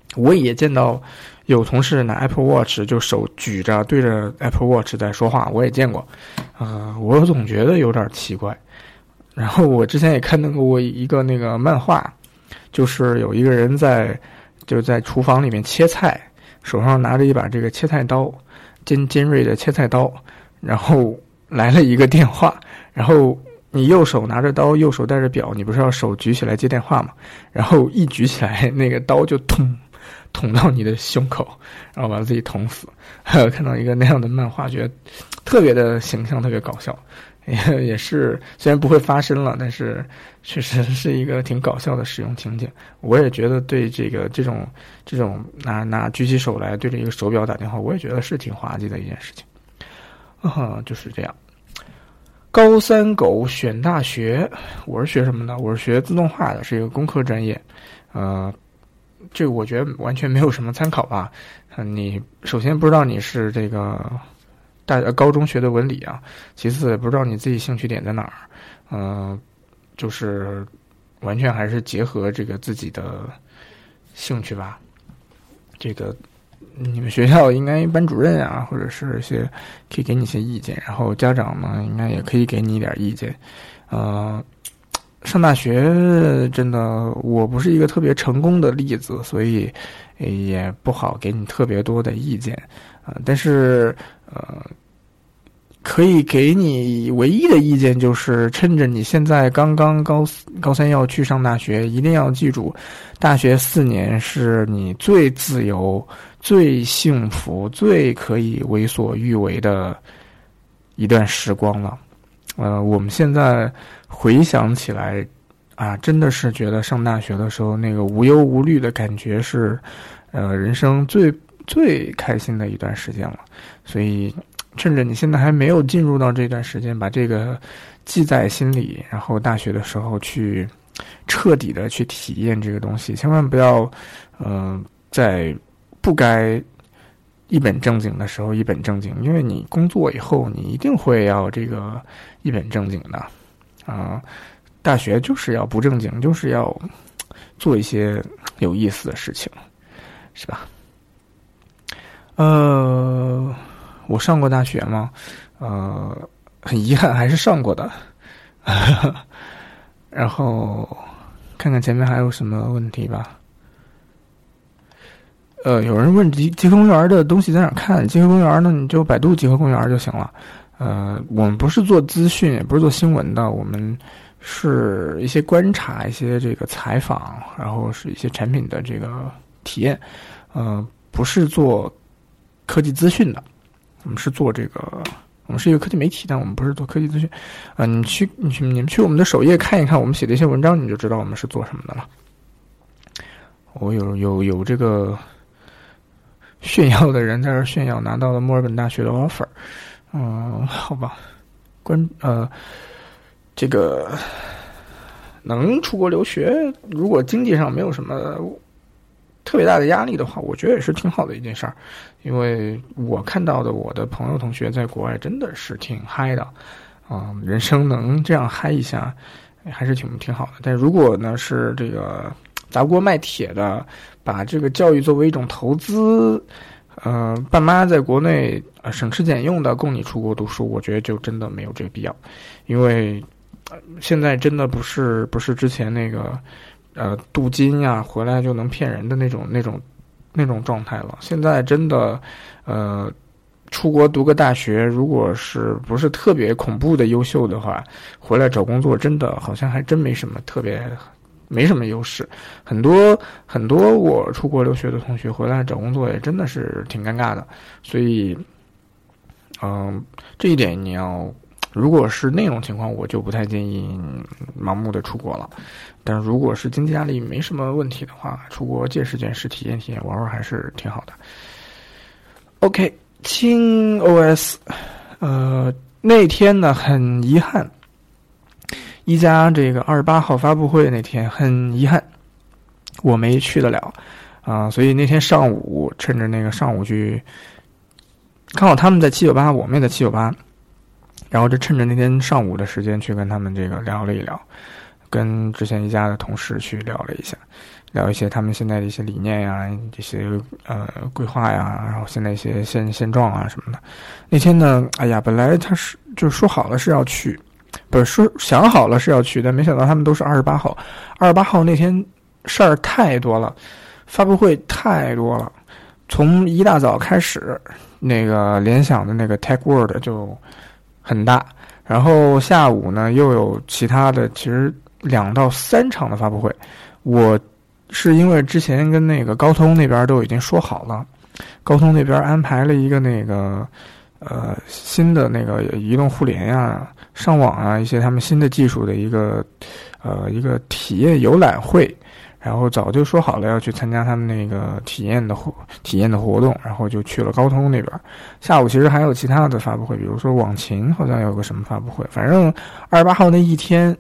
我也见到有同事拿 Apple Watch 就手举着对着 Apple Watch 在说话，我也见过，呃，我总觉得有点奇怪。然后我之前也看到过一个那个漫画，就是有一个人在就在厨房里面切菜，手上拿着一把这个切菜刀，尖尖锐的切菜刀，然后来了一个电话，然后你右手拿着刀，右手戴着表，你不是要手举起来接电话吗？然后一举起来，那个刀就捅捅到你的胸口，然后把自己捅死。还有看到一个那样的漫画，觉得特别的形象，特别搞笑。也也是虽然不会发生了，但是确实是一个挺搞笑的使用情景。我也觉得对这个这种这种拿拿举起手来对着一个手表打电话，我也觉得是挺滑稽的一件事情。啊，就是这样。高三狗选大学，我是学什么的？我是学自动化的，是一个工科专业。呃，这个我觉得完全没有什么参考吧。嗯，你首先不知道你是这个大高中学的文理啊，其次不知道你自己兴趣点在哪儿。呃，就是完全还是结合这个自己的兴趣吧。这个你们学校应该班主任啊，或者是一些可以给你一些意见，然后家长呢应该也可以给你一点意见。呃，上大学真的我不是一个特别成功的例子，所以也不好给你特别多的意见啊、呃。但是呃，可以给你唯一的意见就是，趁着你现在刚刚高高三要去上大学，一定要记住，大学四年是你最自由、最幸福、最可以为所欲为的一段时光了。呃，我们现在回想起来啊，真的是觉得上大学的时候那个无忧无虑的感觉是，呃，人生最最开心的一段时间了。所以趁着你现在还没有进入到这段时间，把这个记在心里，然后大学的时候去彻底的去体验这个东西，千万不要，呃，在不该一本正经的时候一本正经，因为你工作以后你一定会要这个一本正经的，啊、呃，大学就是要不正经，就是要做一些有意思的事情，是吧？呃。我上过大学吗？呃，很遗憾还是上过的。然后看看前面还有什么问题吧。呃，有人问集集合公园的东西在哪看？集合公园呢，你就百度集合公园就行了。呃，我们不是做资讯，也不是做新闻的，我们是一些观察、一些这个采访，然后是一些产品的这个体验。呃，不是做科技资讯的。我们是做这个，我们是一个科技媒体，但我们不是做科技资讯。啊、呃，你去，你去，你们去我们的首页看一看我们写的一些文章，你就知道我们是做什么的了。我有有有这个炫耀的人在这炫耀拿到了墨尔本大学的 offer， 嗯、呃，好吧，关呃，这个能出国留学，如果经济上没有什么特别大的压力的话，我觉得也是挺好的一件事儿。因为我看到的我的朋友同学在国外真的是挺嗨的，啊、嗯，人生能这样嗨一下，还是挺挺好的。但如果呢是这个砸锅卖铁的，把这个教育作为一种投资，呃，爸妈在国内呃省吃俭用的供你出国读书，我觉得就真的没有这个必要，因为、呃、现在真的不是不是之前那个呃镀金呀、啊、回来就能骗人的那种那种。那种状态了。现在真的，呃，出国读个大学，如果是不是特别恐怖的优秀的话，回来找工作真的好像还真没什么特别，没什么优势。很多很多我出国留学的同学回来找工作也真的是挺尴尬的。所以，嗯、呃，这一点你要，如果是那种情况，我就不太建议盲目的出国了。但如果是经济压力没什么问题的话，出国见识见识、体验体验、玩玩还是挺好的。OK， 轻 O S， 呃，那天呢很遗憾，一加这个二十八号发布会那天很遗憾，我没去得了啊、呃，所以那天上午趁着那个上午去，刚好他们在七九八，我们也在七九八，然后就趁着那天上午的时间去跟他们这个聊了一聊。 跟之前一家的同事去聊了一下，聊一些他们现在的一些理念呀，这些呃规划呀，然后现在一些现现状啊什么的。那天呢，哎呀，本来他是就说好了是要去，不是说想好了是要去，但没想到他们都是二十八号。二十八号那天事儿太多了，发布会太多了，从一大早开始，那个联想的那个 Tech World 就很大，然后下午呢又有其他的，其实两到三场的发布会。我是因为之前跟那个高通那边都已经说好了，高通那边安排了一个那个呃新的那个移动互联呀、上网啊一些他们新的技术的一个呃一个体验游览会，然后早就说好了要去参加他们那个体验的活体验的活动，然后就去了高通那边。下午其实还有其他的发布会，比如说网秦好像有个什么发布会，反正二十八号那一天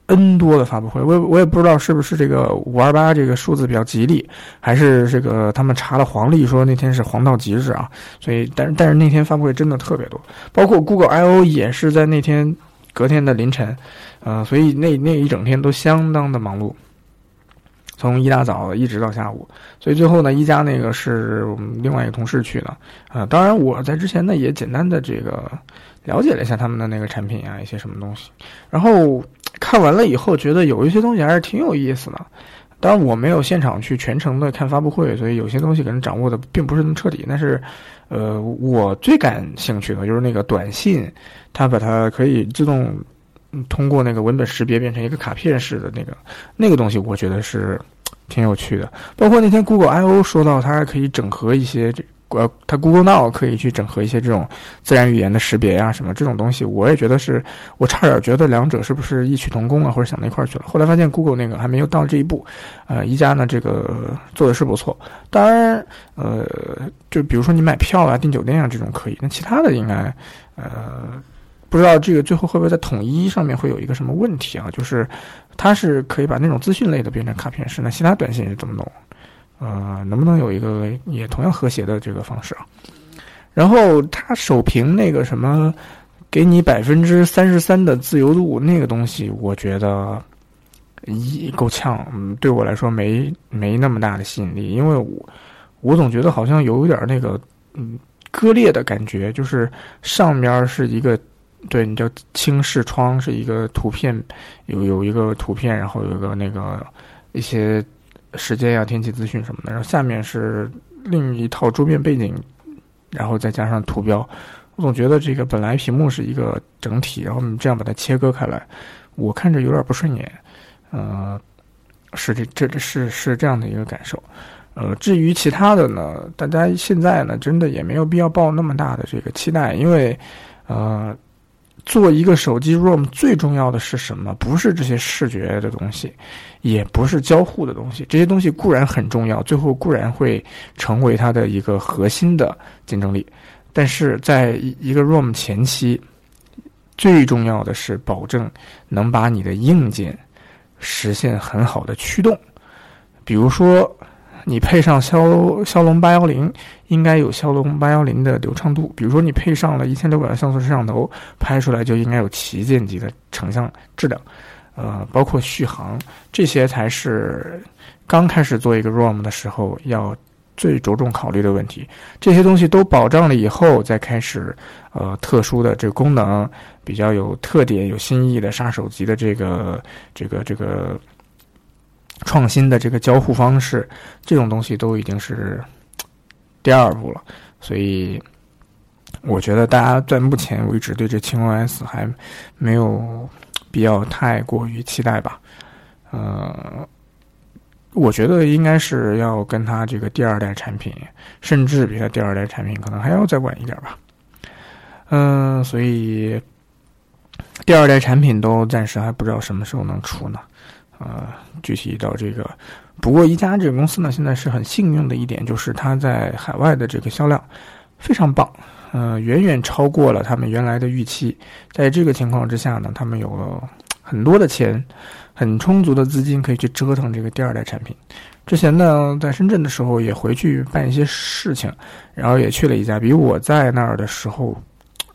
N 多的发布会，我我也不知道是不是这个五二八这个数字比较吉利，还是这个他们查了黄历说那天是黄道吉日啊，所以但是但是那天发布会真的特别多，包括 Google I O 也是在那天隔天的凌晨，呃，所以那那一整天都相当的忙碌，从一大早一直到下午。所以最后呢，一加那个是我们另外一个同事去的，呃，当然我在之前呢也简单的这个了解了一下他们的那个产品啊，一些什么东西，然后看完了以后觉得有一些东西还是挺有意思的。当然我没有现场去全程的看发布会，所以有些东西可能掌握的并不是那么彻底，但是呃，我最感兴趣的就是那个短信，它把它可以自动通过那个文本识别变成一个卡片式的那个那个东西，我觉得是挺有趣的。包括那天 Google I O 说到它还可以整合一些这呃，它 Google Now 可以去整合一些这种自然语言的识别呀、啊，什么这种东西，我也觉得是，我差点觉得两者是不是异曲同工啊，或者想到一块儿去了。后来发现 Google 那个还没有到这一步，呃，一加呢这个做的是不错。当然，呃，就比如说你买票啊、订酒店啊这种可以，那其他的应该，呃，不知道这个最后会不会在统一上面会有一个什么问题啊？就是它是可以把那种资讯类的变成卡片式，那其他短信是怎么弄？呃，能不能有一个也同样和谐的这个方式啊？然后他首屏那个什么，给你百分之三十三的自由度那个东西，我觉得一够呛，嗯，对我来说没没那么大的吸引力，因为我我总觉得好像有一点那个嗯割裂的感觉，就是上面是一个对你叫轻视窗是一个图片，有有一个图片，然后有一个那个一些时间呀、天气资讯什么的，然后下面是另一套桌面背景，然后再加上图标。我总觉得这个本来屏幕是一个整体，然后你这样把它切割开来，我看着有点不顺眼。呃，是这这这是是这样的一个感受。呃，至于其他的呢，大家现在呢，真的也没有必要抱那么大的这个期待，因为呃。做一个手机 ROM 最重要的是什么？不是这些视觉的东西，也不是交互的东西。这些东西固然很重要，最后固然会成为它的一个核心的竞争力。但是在一个 ROM 前期，最重要的是保证能把你的硬件实现很好的驱动。比如说，你配上骁骁龙八一零，应该有骁龙八一零的流畅度。比如说你配上了一千六百万像素摄像头，拍出来就应该有旗舰级的成像质量。呃，包括续航，这些才是刚开始做一个 ROM 的时候要最着重考虑的问题。这些东西都保障了以后，再开始呃特殊的这个功能，比较有特点、有新意的杀手级的这个这个这个。创新的这个交互方式，这种东西都已经是第二步了，所以我觉得大家在目前为止对这轻 O S 还没有必要太过于期待吧。呃，我觉得应该是要跟它这个第二代产品，甚至比它第二代产品可能还要再晚一点吧。嗯、呃，所以第二代产品都暂时还不知道什么时候能出呢。呃，具体到这个，不过一加这个公司呢，现在是很幸运的一点，就是它在海外的这个销量非常棒，呃，远远超过了他们原来的预期。在这个情况之下呢，他们有了很多的钱，很充足的资金可以去折腾这个第二代产品。之前呢，在深圳的时候也回去办一些事情，然后也去了一家，比我在那儿的时候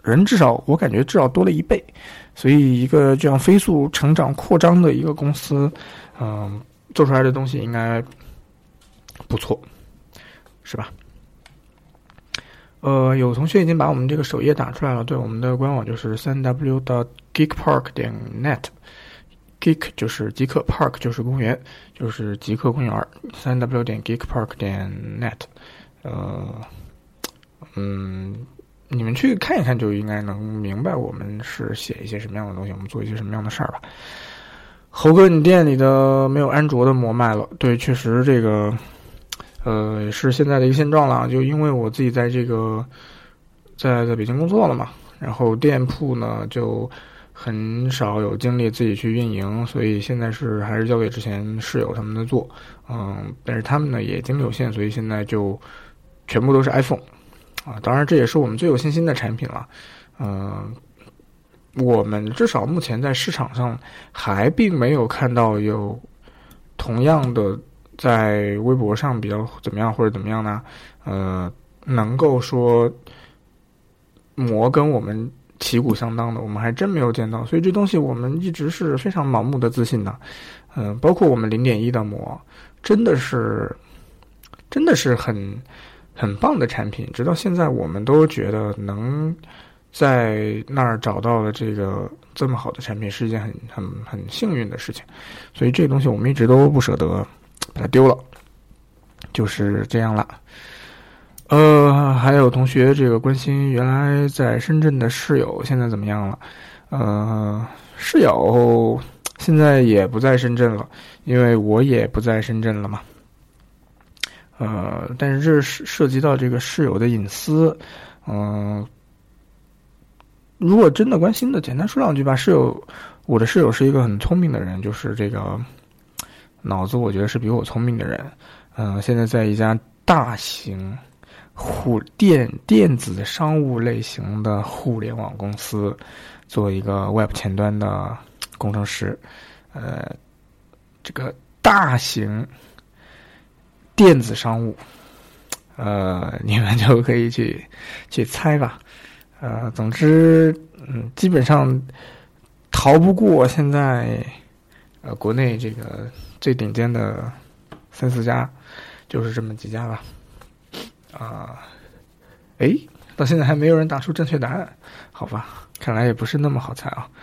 人至少我感觉至少多了一倍，所以一个这样飞速成长扩张的一个公司，嗯、呃，做出来的东西应该不错，是吧？呃，有同学已经把我们这个首页打出来了，对，我们的官网就是三 w 的 geekpark 点 net，geek 就是极客 ，park 就是公园，就是极客公园，三 w 点 geekpark 点 net， 呃，嗯，你们去看一看就应该能明白我们是写一些什么样的东西，我们做一些什么样的事儿吧。猴哥，你店里的没有安卓的膜卖了？对，确实这个。呃，是现在的一个现状了，就因为我自己在这个在在北京工作了嘛，然后店铺呢就很少有精力自己去运营，所以现在是还是交给之前室友他们在做，嗯，但是他们呢也精力有限，所以现在就全部都是 iPhone 啊，当然这也是我们最有信心的产品了，嗯，我们至少目前在市场上还并没有看到有同样的。在微博上比较怎么样或者怎么样呢？呃，能够说膜跟我们旗鼓相当的，我们还真没有见到。所以这东西我们一直是非常盲目的自信的。嗯、呃，包括我们零点一的膜，真的是真的是很很棒的产品。直到现在，我们都觉得能在那儿找到了这个这么好的产品，是一件很很很幸运的事情。所以这个东西我们一直都不舍得。把它丢了，就是这样了。呃，还有同学这个关心原来在深圳的室友现在怎么样了？呃，室友现在也不在深圳了，因为我也不在深圳了嘛。呃，但是这是涉及到这个室友的隐私，嗯、呃，如果真的关心的，简单说两句吧。室友，我的室友是一个很聪明的人，就是这个。脑子我觉得是比我聪明的人，嗯、呃，现在在一家大型互电电子商务类型的互联网公司做一个 Web 前端的工程师，呃，这个大型电子商务，呃，你们就可以去去猜吧，呃，总之，嗯，基本上逃不过现在呃国内这个。最顶尖的三四家，就是这么几家吧。啊、呃，哎，到现在还没有人答出正确答案，好吧？看来也不是那么好猜啊。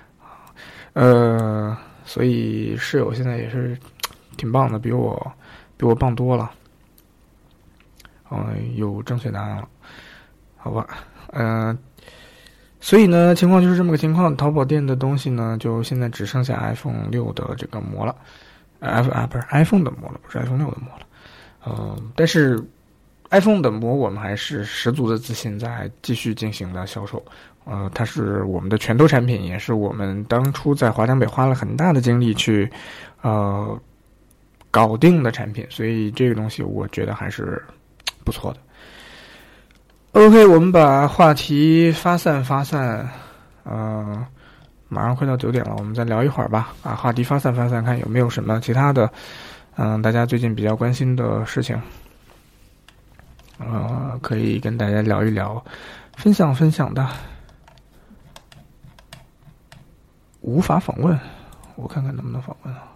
呃，所以室友现在也是挺棒的，比我比我棒多了。嗯、呃，有正确答案了，好吧？嗯、呃，所以呢，情况就是这么个情况。淘宝店的东西呢，就现在只剩下 iPhone 六的这个膜了。iPhone 啊，不是 iPhone 的膜了，不是 iPhone 六的膜了，呃，但是 iPhone 的膜我们还是十足的自信在继续进行的销售，呃，它是我们的拳头产品，也是我们当初在华强北花了很大的精力去，呃，搞定的产品，所以这个东西我觉得还是不错的。OK， 我们把话题发散发散，呃。马上快到九点了，我们再聊一会儿吧。啊，话题发散发散，看有没有什么其他的，嗯，大家最近比较关心的事情，呃，可以跟大家聊一聊，分享分享的。无法访问，我看看能不能访问啊。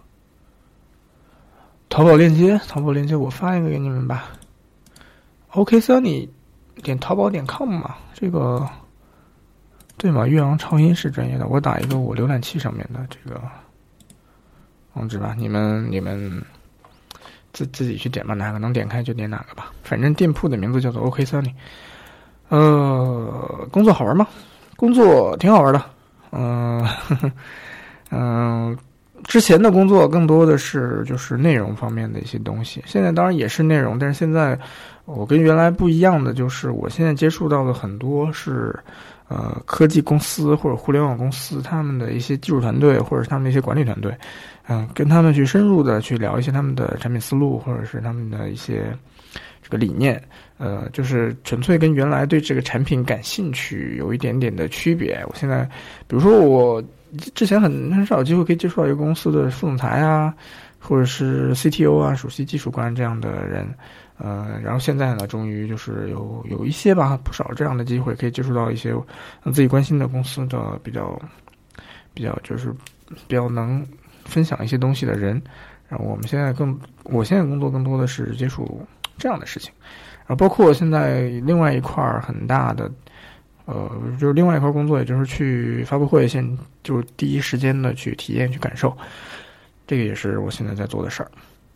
淘宝链接，淘宝链接我发一个给你们吧。OK，Sunny 点淘宝点 com 嘛，这个。对嘛，岳阳超音是专业的，我打一个我浏览器上面的这个网址吧，你们你们自自己去点吧，哪个能点开就点哪个吧，反正店铺的名字叫做 OK Sunny。呃，工作好玩吗？工作挺好玩的，嗯、呃，嗯、呃，之前的工作更多的是就是内容方面的一些东西，现在当然也是内容，但是现在我跟原来不一样的就是，我现在接触到的很多是。呃，科技公司或者互联网公司，他们的一些技术团队或者是他们的一些管理团队，嗯、呃，跟他们去深入的去聊一些他们的产品思路，或者是他们的一些这个理念，呃，就是纯粹跟原来对这个产品感兴趣有一点点的区别。我现在，比如说我之前很很少有机会可以接触到一个公司的副总裁啊，或者是 C T O 啊，首席技术官这样的人。 呃，然后现在呢，终于就是有有一些吧，不少这样的机会，可以接触到一些自己关心的公司的比较比较就是比较能分享一些东西的人。然后我们现在更，我现在工作更多的是接触这样的事情，然后包括现在另外一块很大的，呃，就是另外一块工作，也就是去发布会现就第一时间的去体验去感受，这个也是我现在在做的事儿。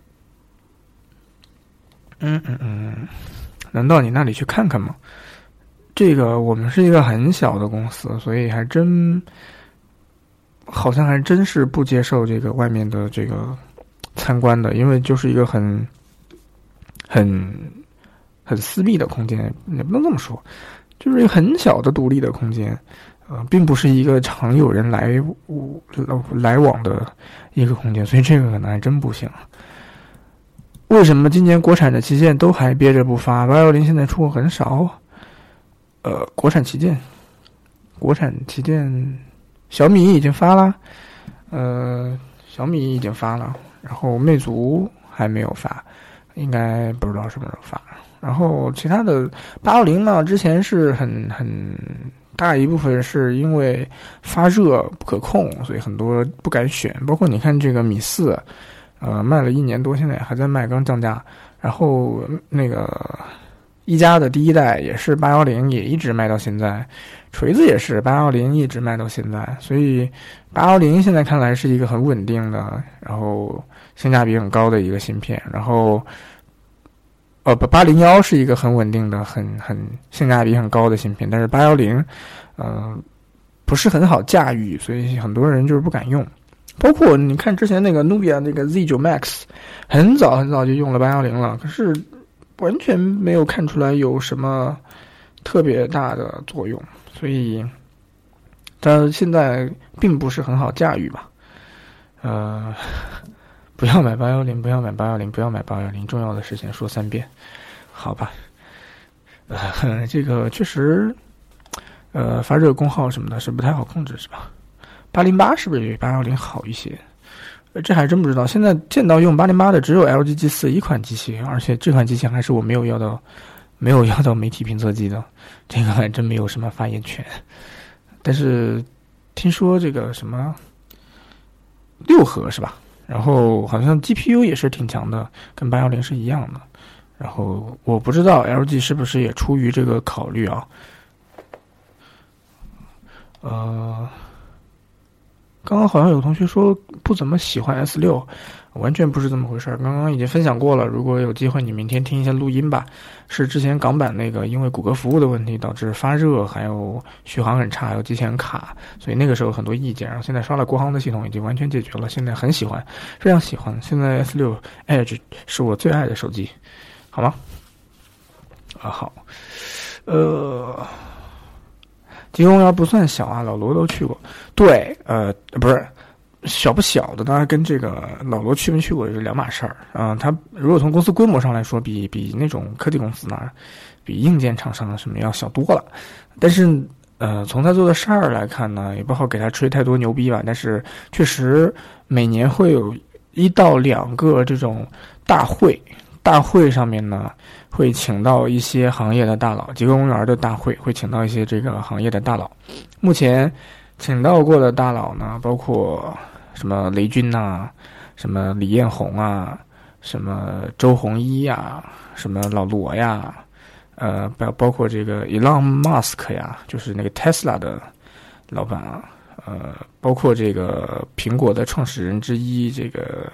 嗯嗯嗯，能到你那里去看看吗？这个我们是一个很小的公司，所以还真好像还真是不接受这个外面的这个参观的，因为就是一个很很很私密的空间，也不能这么说，就是一个很小的独立的空间，呃，并不是一个常有人来来往的一个空间，所以这个可能还真不行。为什么今年国产的旗舰都还憋着不发？八幺零现在出货很少。呃，国产旗舰，国产旗舰，小米已经发了，呃，小米已经发了，然后魅族还没有发，应该不知道什么时候发。然后其他的八幺零呢，之前是很很大一部分是因为发热不可控，所以很多不敢选。包括你看这个米四。呃，卖了一年多，现在还在卖，刚降价。然后那个一加的第一代也是八幺零，也一直卖到现在。锤子也是八幺零，一直卖到现在。所以八幺零现在看来是一个很稳定的，然后性价比很高的一个芯片。然后，呃，不，八零幺是一个很稳定的、很很性价比很高的芯片，但是八幺零，呃，不是很好驾驭，所以很多人就是不敢用。包括你看之前那个 Nubia 那个 Z 九 Max， 很早很早就用了八幺零了，可是完全没有看出来有什么特别大的作用，所以它现在并不是很好驾驭吧。呃，不要买八幺零，不要买八幺零，不要买八幺零，重要的事情说三遍，好吧？呃，这个确实，呃，发热功耗什么的是不太好控制，是吧？八零八是不是比八幺零好一些？这还真不知道。现在见到用八零八的只有 L G G 四一款机器，而且这款机器还是我没有要到没有要到媒体评测机的，这个还真没有什么发言权。但是听说这个什么六核是吧？然后好像 G P U 也是挺强的，跟八幺零是一样的。然后我不知道 L G 是不是也出于这个考虑啊？呃。刚刚好像有同学说不怎么喜欢 S 六，完全不是这么回事儿。刚刚已经分享过了，如果有机会你明天听一下录音吧。是之前港版那个因为谷歌服务的问题导致发热，还有续航很差，还有机器很卡，所以那个时候很多意见。然后现在刷了国行的系统已经完全解决了，现在很喜欢，非常喜欢。现在 S 六 Edge 是我最爱的手机，好吗？啊好，呃。吉公园不算小啊，老罗都去过。对，呃，不是小不小的，当然跟这个老罗去没去过是两码事儿啊。他如果从公司规模上来说，比比那种科技公司呢，比硬件厂商什么要小多了。但是，呃，从他做的事儿来看呢，也不好给他吹太多牛逼吧。但是确实每年会有一到两个这种大会，大会上面呢。会请到一些行业的大佬，极客公园的大会会请到一些这个行业的大佬。目前请到过的大佬呢，包括什么雷军呐、啊，什么李彦宏啊，什么周鸿祎呀，什么老罗呀，呃，包包括这个 Elon Musk 呀，就是那个 Tesla 的老板啊，呃，包括这个苹果的创始人之一这个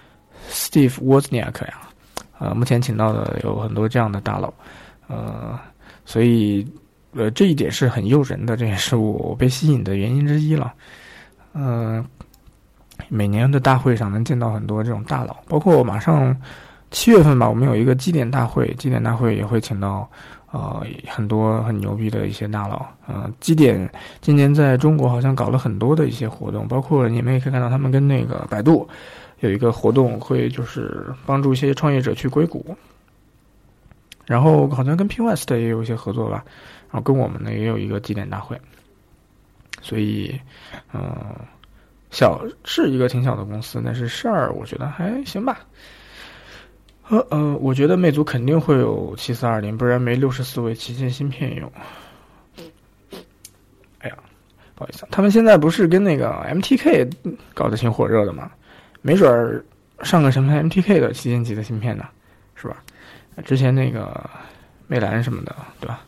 Steve Wozniak 呀。呃，目前请到的有很多这样的大佬，呃，所以呃这一点是很诱人的，这也是我被吸引的原因之一了。呃，每年的大会上能见到很多这种大佬，包括马上七月份吧，我们有一个基点大会，基点大会也会请到呃很多很牛逼的一些大佬。呃，基点今年在中国好像搞了很多的一些活动，包括你们也可以看到他们跟那个百度。有一个活动会就是帮助一些创业者去硅谷，然后好像跟 Pinwest 也有一些合作吧，然后跟我们呢也有一个基点大会，所以，嗯、呃，小是一个挺小的公司，但是事儿我觉得还行吧。 呃呃，我觉得魅族肯定会有七四二零，不然没六十四位旗舰芯片用。哎呀，不好意思，他们现在不是跟那个 M T K 搞得挺火热的吗？没准儿上个什么 M T K 的旗舰级的芯片呢，是吧？之前那个魅蓝什么的，对吧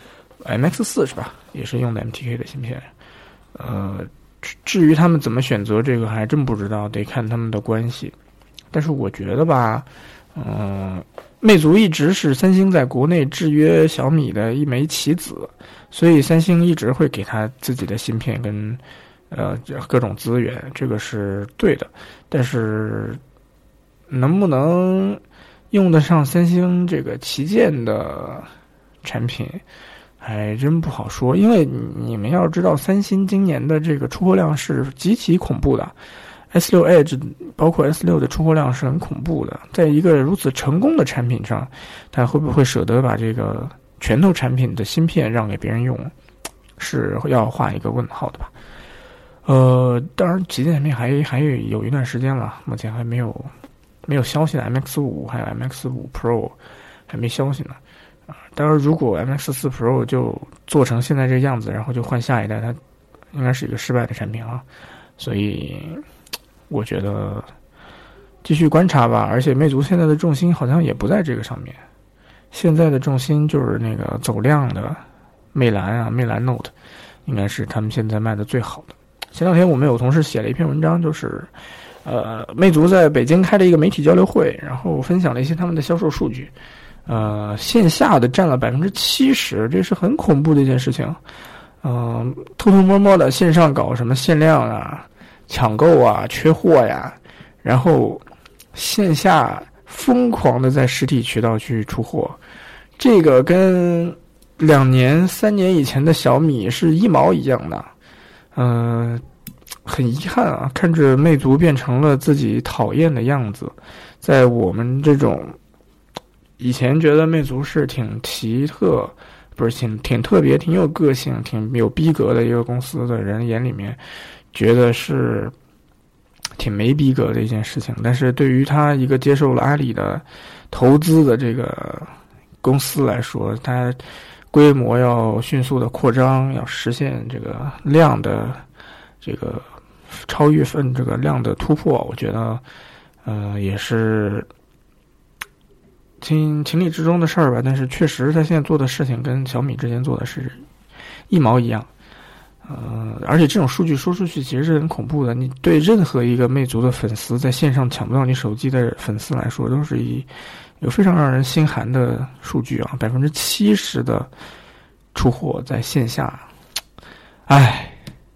？M X 四 是吧？也是用的 M T K 的芯片。呃，至于他们怎么选择这个，还真不知道，得看他们的关系。但是我觉得吧。嗯，魅族一直是三星在国内制约小米的一枚棋子，所以三星一直会给他自己的芯片跟呃各种资源，这个是对的。但是能不能用得上三星这个旗舰的产品，还真不好说。因为你们要知道，三星今年的这个出货量是极其恐怖的。S 六 Edge 包括 S 六 的出货量是很恐怖的，在一个如此成功的产品上，它会不会舍得把这个拳头产品的芯片让给别人用，是要画一个问号的吧？呃，当然旗舰产品还还有一段时间了，目前还没有没有消息的 M X 五 还有 M X 五 Pro 还没消息呢。啊，当然如果 M X 四 Pro 就做成现在这个样子，然后就换下一代，它应该是一个失败的产品啊，所以。我觉得继续观察吧，而且魅族现在的重心好像也不在这个上面，现在的重心就是那个走量的魅蓝啊，魅蓝 Note 应该是他们现在卖的最好的。前两天我们有同事写了一篇文章，就是呃，魅族在北京开了一个媒体交流会，然后分享了一些他们的销售数据，呃，线下的占了百分之七十，这是很恐怖的一件事情。嗯、呃，偷偷摸摸的线上搞什么限量啊。抢购啊，缺货呀，然后线下疯狂的在实体渠道去出货，这个跟两年、三年以前的小米是一毛一样的。嗯、呃，很遗憾啊，看着魅族变成了自己讨厌的样子，在我们这种以前觉得魅族是挺奇特，不是挺挺特别、挺有个性、挺有逼格的一个公司的人眼里面。觉得是挺没逼格的一件事情，但是对于他一个接受了阿里的投资的这个公司来说，它规模要迅速的扩张，要实现这个量的这个超越分这个量的突破，我觉得呃也是情情理之中的事儿吧。但是确实他现在做的事情跟小米之前做的是一毛一样。呃，而且这种数据说出去其实是很恐怖的。你对任何一个魅族的粉丝，在线上抢不到你手机的粉丝来说，都是一有非常让人心寒的数据啊！百分之七十的出货在线下，唉，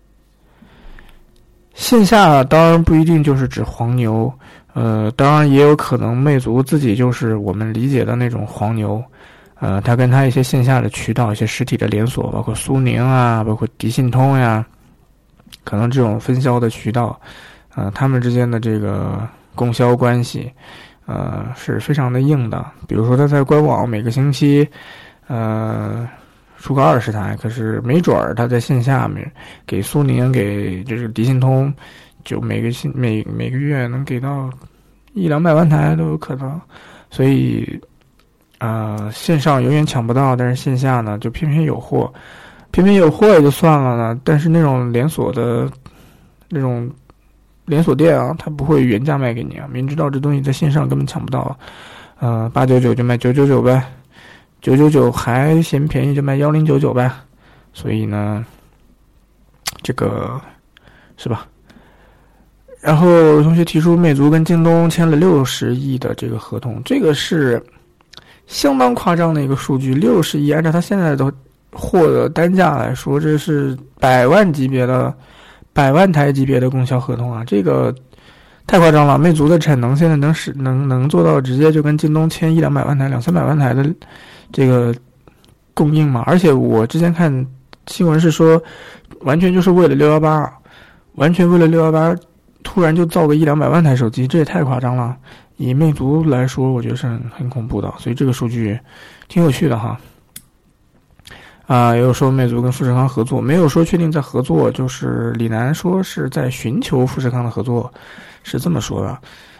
线下当然不一定就是指黄牛，呃，当然也有可能魅族自己就是我们理解的那种黄牛。呃，它跟它一些线下的渠道、一些实体的连锁，包括苏宁啊，包括迪信通呀，可能这种分销的渠道，呃，他们之间的这个供销关系，呃，是非常的硬的。比如说，它在官网每个星期，呃，出个二十台，可是没准儿它在线下面给苏宁、给就是迪信通，就每个星每每个月能给到一两百万台都有可能，所以。呃，线上永远抢不到，但是线下呢就偏偏有货，偏偏有货也就算了呢。但是那种连锁的，那种连锁店啊，它不会原价卖给你啊，明知道这东西在线上根本抢不到，呃，八九九就卖九九九呗，九九九还嫌便宜就卖幺零九九呗。所以呢，这个是吧？然后有同学提出，魅族跟京东签了六十亿的这个合同，这个是。相当夸张的一个数据，六十亿，按照它现在的货的单价来说，这是百万级别的、百万台级别的供销合同啊！这个太夸张了。魅族的产能现在能使能能做到直接就跟京东签一两百万台、两三百万台的这个供应嘛？而且我之前看新闻是说，完全就是为了六幺八，完全为了六幺八，突然就造个一两百万台手机，这也太夸张了。以魅族来说，我觉得是很很恐怖的，所以这个数据挺有趣的哈。啊，也有说魅族跟富士康合作，没有说确定在合作，就是李楠说是在寻求富士康的合作，是这么说的。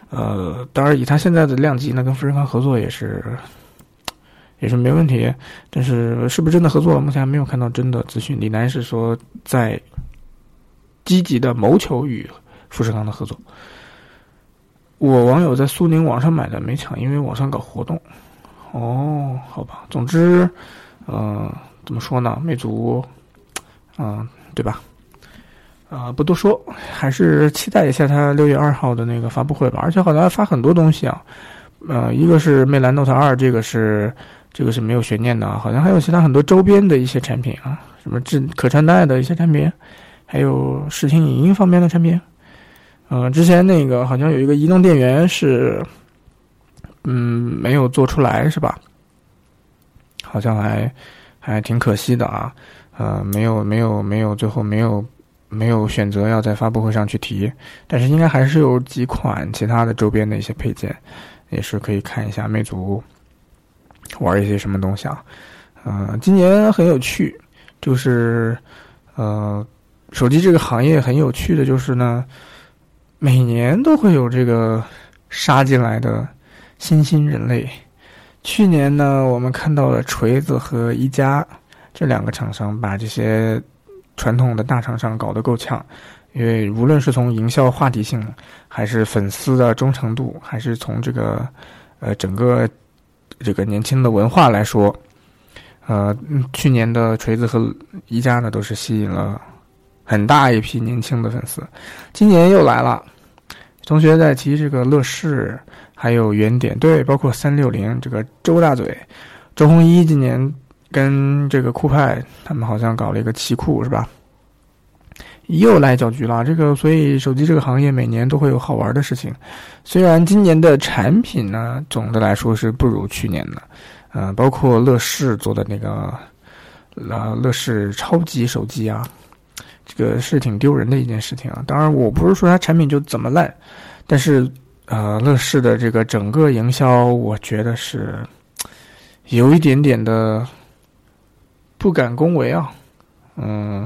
呃，当然以他现在的量级呢，跟富士康合作也是也是没问题。但是是不是真的合作了，目前还没有看到真的资讯。李楠是说在积极的谋求与富士康的合作。我网友在苏宁网上买的没抢，因为网上搞活动。哦，好吧。总之，呃，怎么说呢？魅族，嗯、呃，对吧？啊、呃，不多说，还是期待一下它六月二号的那个发布会吧。而且好像发很多东西啊，呃，一个是魅蓝 Note 二，这个是这个是没有悬念的啊。好像还有其他很多周边的一些产品啊，什么智可穿戴的一些产品，还有视听影音方面的产品。呃，之前那个好像有一个移动电源是，嗯，没有做出来是吧？好像还还挺可惜的啊。呃，没有没有没有，最后没有没有选择要在发布会上去提，但是应该还是有几款其他的周边的一些配件，也是可以看一下魅族玩一些什么东西啊。呃，今年很有趣，就是呃，手机这个行业很有趣的就是呢。每年都会有这个杀进来的新兴人类。去年呢，我们看到了锤子和宜家这两个厂商把这些传统的大厂商搞得够呛，因为无论是从营销话题性，还是粉丝的忠诚度，还是从这个呃整个这个年轻的文化来说，呃，去年的锤子和宜家呢都是吸引了很大一批年轻的粉丝。今年又来了，同学在提这个乐视，还有原点，对，包括三六零这个周大嘴，周鸿祎今年跟这个酷派他们好像搞了一个奇酷是吧？又来搅局了，这个所以手机这个行业每年都会有好玩的事情。虽然今年的产品呢，总的来说是不如去年的，呃，包括乐视做的那个呃乐视超级手机啊。这个是挺丢人的一件事情啊！当然，我不是说它产品就怎么烂，但是呃，乐视的这个整个营销，我觉得是有一点点的不敢恭维啊。嗯，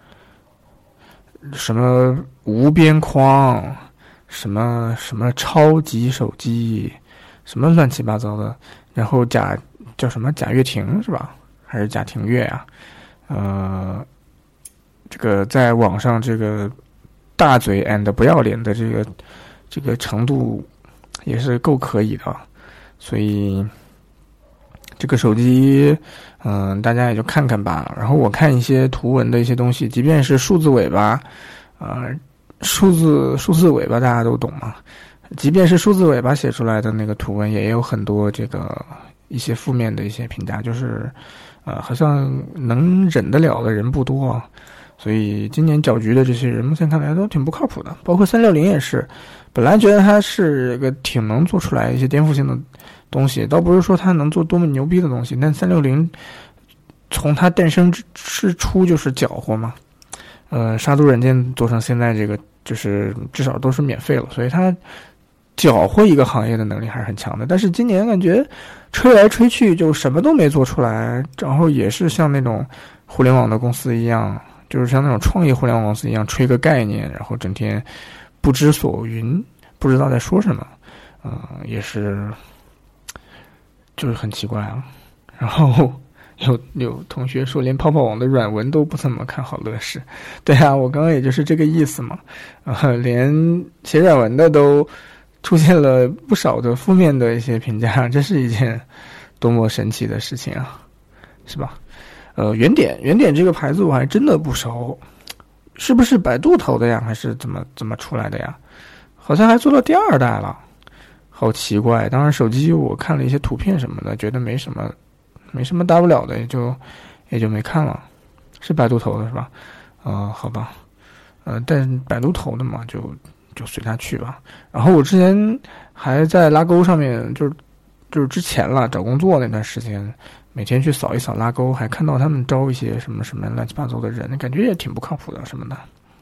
什么无边框，什么什么超级手机，什么乱七八糟的，然后贾叫什么贾跃亭是吧？还是贾廷岳啊？呃。这个在网上这个大嘴 and 不要脸的这个这个程度也是够可以的，所以这个手机嗯、呃、大家也就看看吧。然后我看一些图文的一些东西，即便是数字尾巴啊、呃、数字数字尾巴大家都懂嘛，即便是数字尾巴写出来的那个图文也有很多这个一些负面的一些评价，就是呃好像能忍得了的人不多啊。所以今年搅局的这些人目前看来都挺不靠谱的，包括三六零也是，本来觉得它是个挺能做出来一些颠覆性的东西，倒不是说它能做多么牛逼的东西，但三六零从它诞生之初就是搅和嘛，呃，杀毒软件做成现在这个就是至少都是免费了，所以它搅和一个行业的能力还是很强的。但是今年感觉吹来吹去就什么都没做出来，然后也是像那种互联网的公司一样。就是像那种创业互联网公司一样吹个概念，然后整天不知所云，不知道在说什么，嗯、呃，也是，就是很奇怪啊。然后有有同学说，连泡泡网的软文都不怎么看好乐视。对啊，我刚刚也就是这个意思嘛。啊、呃，连写软文的都出现了不少的负面的一些评价，这是一件多么神奇的事情啊，是吧？呃，原点原点这个牌子我还真的不熟，是不是百度投的呀？还是怎么怎么出来的呀？好像还做到第二代了，好奇怪。当然，手机我看了一些图片什么的，觉得没什么没什么大不了的，也就也就没看了。是百度投的是吧？呃，好吧，呃，但百度投的嘛，就就随他去吧。然后我之前还在拉勾上面，就是就是之前了找工作那段时间。每天去扫一扫拉勾，还看到他们招一些什么什么乱七八糟的人，感觉也挺不靠谱的什么的。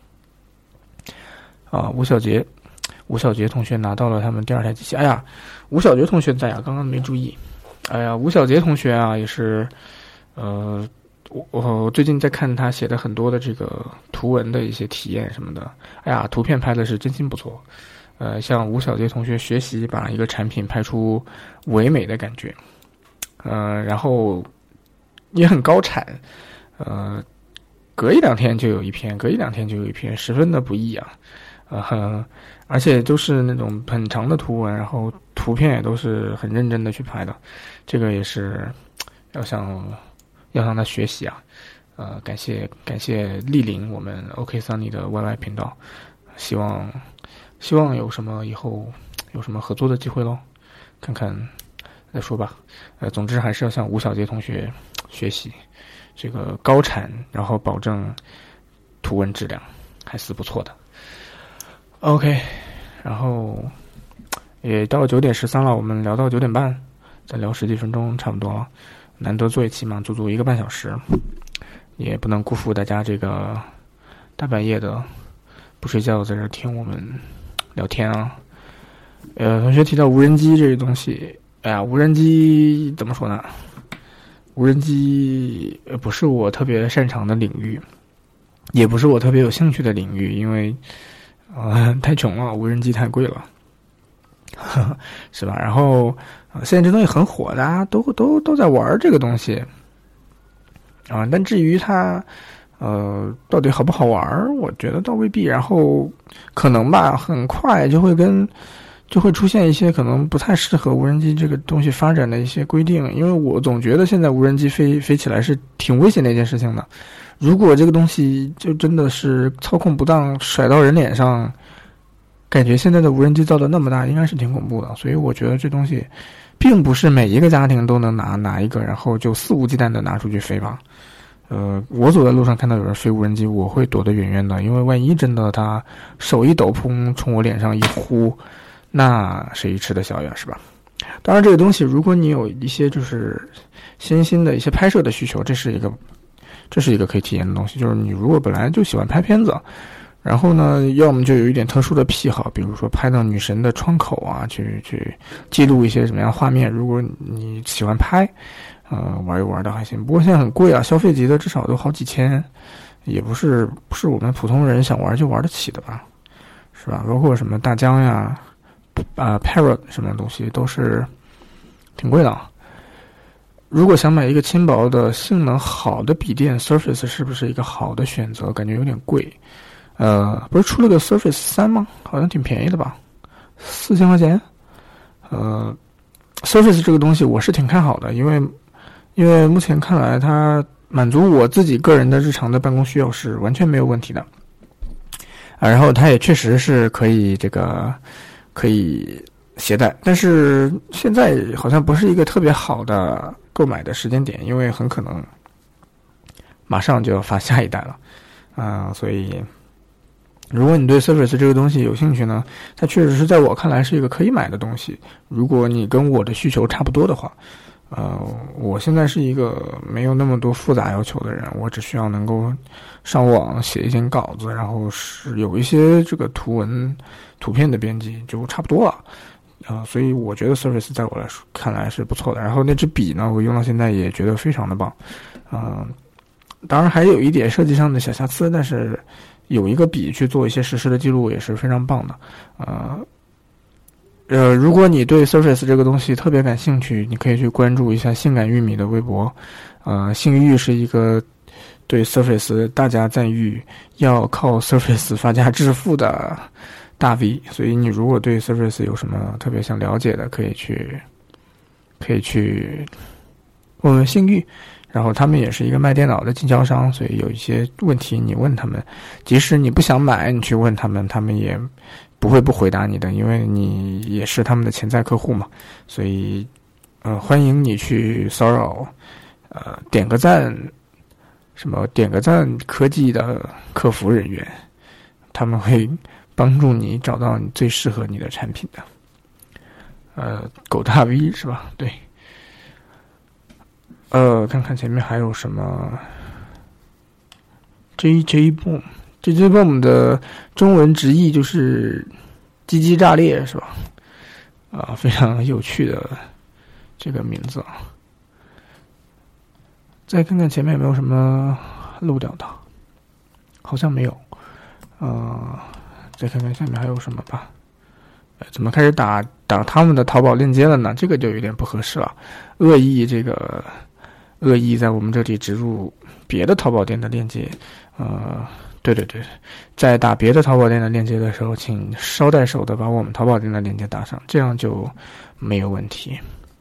啊，吴小杰，吴小杰同学拿到了他们第二台机器。哎呀，吴小杰同学在啊，刚刚没注意。哎呀，吴小杰同学啊，也是，呃，我我最近在看他写的很多的这个图文的一些体验什么的。哎呀，图片拍的是真心不错。 呃，向吴小杰同学学习，把一个产品拍出唯美的感觉，呃，然后也很高产，呃，隔一两天就有一篇，隔一两天就有一篇，十分的不易啊，呃，而且都是那种很长的图文，然后图片也都是很认真的去拍的，这个也是要向要向他学习啊，呃，感谢感谢莅临我们 OK Sunny 的 Y Y 频道，希望。希望有什么以后有什么合作的机会咯，看看再说吧。呃，总之还是要向吴小杰同学学习，这个高产，然后保证图文质量，还是不错的。OK， 然后也到九点十三了，我们聊到九点半，再聊十几分钟差不多了。难得做一期嘛，足足一个半小时，也不能辜负大家这个大半夜的不睡觉在这听我们聊天啊。呃，同学提到无人机这个东西，哎呀，无人机怎么说呢？无人机呃不是我特别擅长的领域，也不是我特别有兴趣的领域，因为呃太穷了，无人机太贵了，呵呵是吧？然后、呃、现在这东西很火，大家都都都在玩这个东西啊、呃。但至于它呃到底好不好玩，我觉得倒未必。然后可能吧，很快就会跟就会出现一些可能不太适合无人机这个东西发展的一些规定，因为我总觉得现在无人机飞飞起来是挺危险的一件事情的。如果这个东西就真的是操控不当，甩到人脸上，感觉现在的无人机造的那么大，应该是挺恐怖的。所以我觉得这东西并不是每一个家庭都能拿拿一个，然后就肆无忌惮的拿出去飞吧。呃，我走在路上看到有人飞无人机，我会躲得远远的，因为万一真的他手一抖，砰，冲我脸上一呼，那谁吃得消呀，是吧？当然，这个东西如果你有一些就是新兴的一些拍摄的需求，这是一个这是一个可以体验的东西。就是你如果本来就喜欢拍片子，然后呢，要么就有一点特殊的癖好，比如说拍到女神的窗口啊，去去记录一些什么样画面。如果你喜欢拍，呃，玩一玩的还行。不过现在很贵啊，消费级的至少都好几千，也不是不是我们普通人想玩就玩得起的吧，是吧？包括什么大疆呀。啊、呃、Parrot 什么东西都是挺贵的。如果想买一个轻薄的、性能好的笔电 ，Surface 是不是一个好的选择？感觉有点贵。呃，不是出了个 Surface 三吗？好像挺便宜的吧，四千块钱。呃 ，Surface 这个东西我是挺看好的，因为因为目前看来它满足我自己个人的日常的办公需要是完全没有问题的。啊，然后它也确实是可以这个。可以携带，但是现在好像不是一个特别好的购买的时间点，因为很可能马上就要发下一代了啊、呃，所以如果你对 Surface 这个东西有兴趣呢，它确实是在我看来是一个可以买的东西。如果你跟我的需求差不多的话，呃，我现在是一个没有那么多复杂要求的人，我只需要能够上网写一些稿子，然后是有一些这个图文。图片的编辑就差不多了，啊、呃，所以我觉得 Surface 在我来说看来是不错的。然后那支笔呢，我用到现在也觉得非常的棒，嗯、呃，当然还有一点设计上的小瑕疵，但是有一个笔去做一些实时的记录也是非常棒的，呃，呃，如果你对 Surface 这个东西特别感兴趣，你可以去关注一下性感玉米的微博，呃，性玉是一个对 Surface 大家赞誉，要靠 Surface 发家致富的。大 V， 所以你如果对 Surface 有什么特别想了解的，可以去，可以去问问信誉，然后他们也是一个卖电脑的经销商，所以有一些问题你问他们，即使你不想买，你去问他们，他们也不会不回答你的，因为你也是他们的潜在客户嘛，所以呃欢迎你去骚扰，呃点个赞，什么点个赞科技的客服人员，他们会。帮助你找到你最适合你的产品的，呃，狗大 V 是吧？对，呃，看看前面还有什么 J J Boom，J J Boom 的中文直译就是“鸡鸡炸裂”是吧？啊、呃，非常有趣的这个名字啊。再看看前面有没有什么漏掉的，好像没有，呃。再看看下面还有什么吧。 怎么开始打打他们的淘宝链接了呢？这个就有点不合适了，恶意这个恶意在我们这里植入别的淘宝店的链接，呃，对对对，在打别的淘宝店的链接的时候，请捎带手的把我们淘宝店的链接打上，这样就没有问题。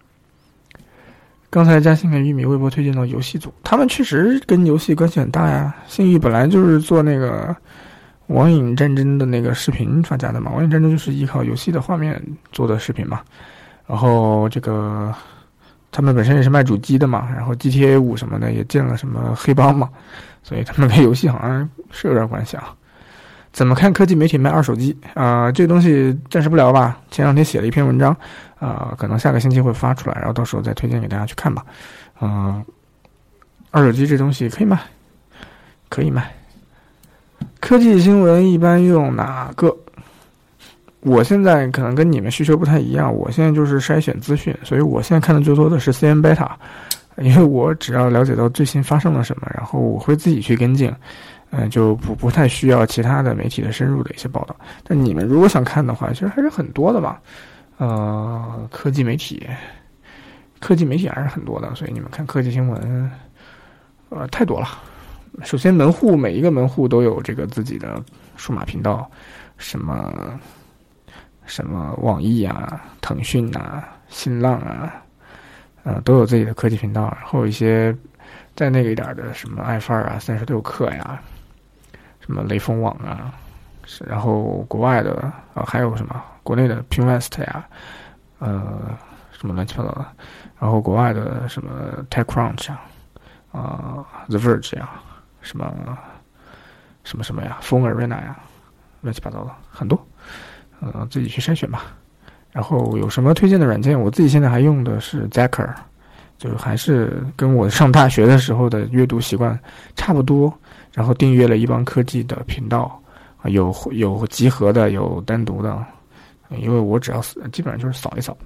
刚才嘉兴跟玉米微博推荐到游戏组，他们确实跟游戏关系很大呀。信誉本来就是做那个网瘾战争的那个视频发家的嘛，网瘾战争就是依靠游戏的画面做的视频嘛。然后这个他们本身也是卖主机的嘛，然后 G T A 五什么的也建了什么黑帮嘛，所以他们跟游戏好像是有点关系啊。怎么看科技媒体卖二手机啊、呃？这个东西暂时不聊吧。前两天写了一篇文章，啊、呃，可能下个星期会发出来，然后到时候再推荐给大家去看吧。嗯、呃，二手机这东西可以卖，可以卖。科技新闻一般用哪个？我现在可能跟你们需求不太一样，我现在就是筛选资讯，所以我现在看的最多的是 C N Beta， 因为我只要了解到最新发生了什么，然后我会自己去跟进。嗯、呃，就不不太需要其他的媒体的深入的一些报道。但你们如果想看的话，其实还是很多的吧。呃，科技媒体，科技媒体还是很多的，所以你们看科技新闻，呃，太多了。首先，门户每一个门户都有这个自己的数码频道，什么什么网易啊、腾讯啊、新浪啊，呃，都有自己的科技频道。然后一些再那个一点的，什么爱范儿啊、三十六氪呀。什么雷锋网啊，然后国外的啊、呃、还有什么国内的 Pinterest 呀，呃什么乱七八糟的，然后国外的什么 TechCrunch 啊，啊、呃、The Verge 呀，什么什么什么呀 Phone Arena 呀，乱七八糟的很多，呃自己去筛选吧。然后有什么推荐的软件？我自己现在还用的是 Zacker， 就还是跟我上大学的时候的阅读习惯差不多。然后订阅了一帮科技的频道，有有集合的，有单独的，因为我只要基本上就是扫一扫。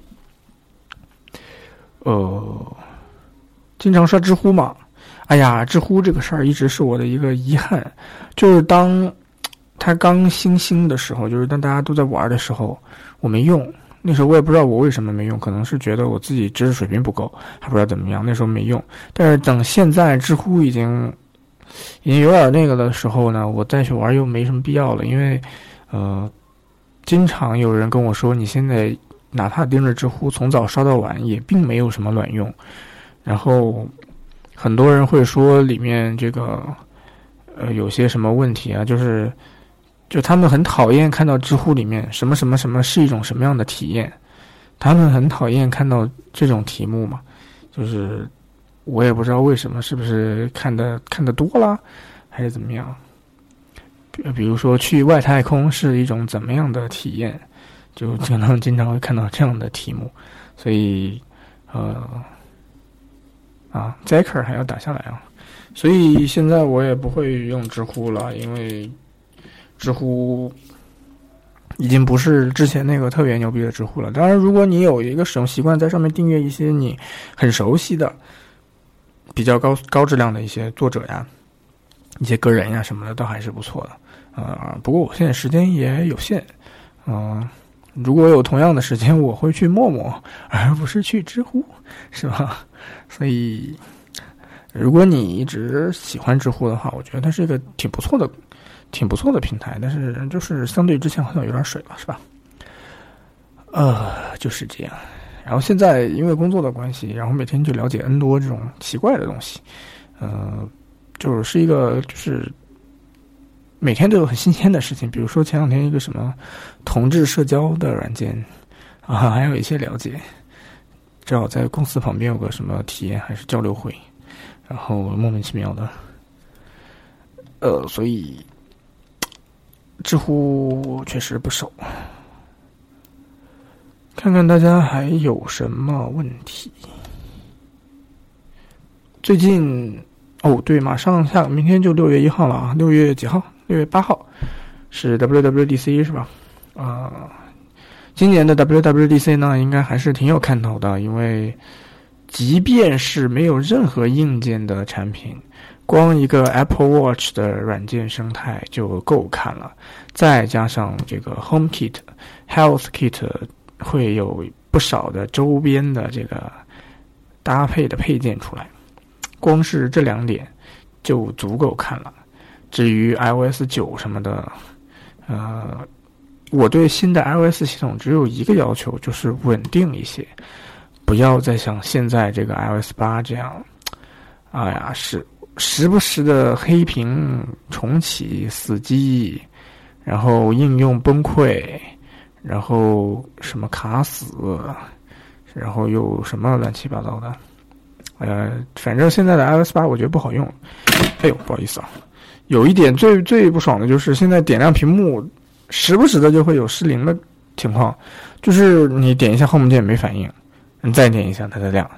呃，经常刷知乎嘛，哎呀，知乎这个事儿一直是我的一个遗憾，就是当它刚新兴的时候，就是当大家都在玩的时候，我没用。那时候我也不知道我为什么没用，可能是觉得我自己知识水平不够，还不知道怎么样，那时候没用。但是等现在知乎已经。已经有点那个的时候呢，我再去玩又没什么必要了，因为，呃，经常有人跟我说，你现在哪怕盯着知乎从早刷到晚，也并没有什么卵用。然后，很多人会说里面这个，呃，有些什么问题啊，就是，就他们很讨厌看到知乎里面什么什么什么是一种什么样的体验，他们很讨厌看到这种题目嘛，就是。我也不知道为什么，是不是看的看的多了，还是怎么样？比比如说去外太空是一种怎么样的体验，就可能经常会看到这样的题目，所以呃啊 Zacker 还要打下来啊，所以现在我也不会用知乎了，因为知乎已经不是之前那个特别牛逼的知乎了。当然，如果你有一个使用习惯，在上面订阅一些你很熟悉的。比较高高质量的一些作者呀，一些个人呀什么的，倒还是不错的。呃，不过我现在时间也有限，嗯、呃，如果有同样的时间，我会去陌陌，而不是去知乎，是吧？所以，如果你一直喜欢知乎的话，我觉得它是一个挺不错的、挺不错的平台，但是就是相对之前好像有点水了，是吧？呃，就是这样。然后现在因为工作的关系，然后每天就了解 N 多这种奇怪的东西，呃，就是一个就是每天都有很新鲜的事情。比如说前两天一个什么同志社交的软件啊，还有一些了解。正好在公司旁边有个什么体验还是交流会，然后莫名其妙的，呃，所以知乎确实不熟。看看大家还有什么问题。最近哦，对，马上下明天就六月一号了啊，六月几号？六月八号是 W W D C 是吧？啊、呃，今年的 W W D C 呢，应该还是挺有看头的，因为即便是没有任何硬件的产品， 光一个 Apple Watch 的软件生态就够看了，再加上这个 HomeKit、Health Kit 会有不少的周边的这个搭配的配件出来，光是这两点就足够看了。至于 iOS 九什么的，呃，我对新的 iOS 系统只有一个要求，就是稳定一些，不要再像现在这个 iOS 八这样，哎呀，是时不时的黑屏、重启、死机，然后应用崩溃，然后什么卡死，然后又什么乱七八糟的。呃，反正现在的 iOS 八我觉得不好用。哎呦，不好意思啊。有一点最最不爽的就是现在点亮屏幕，时不时的就会有失灵的情况，就是你点一下 Home 键没反应，你再点一下它再亮，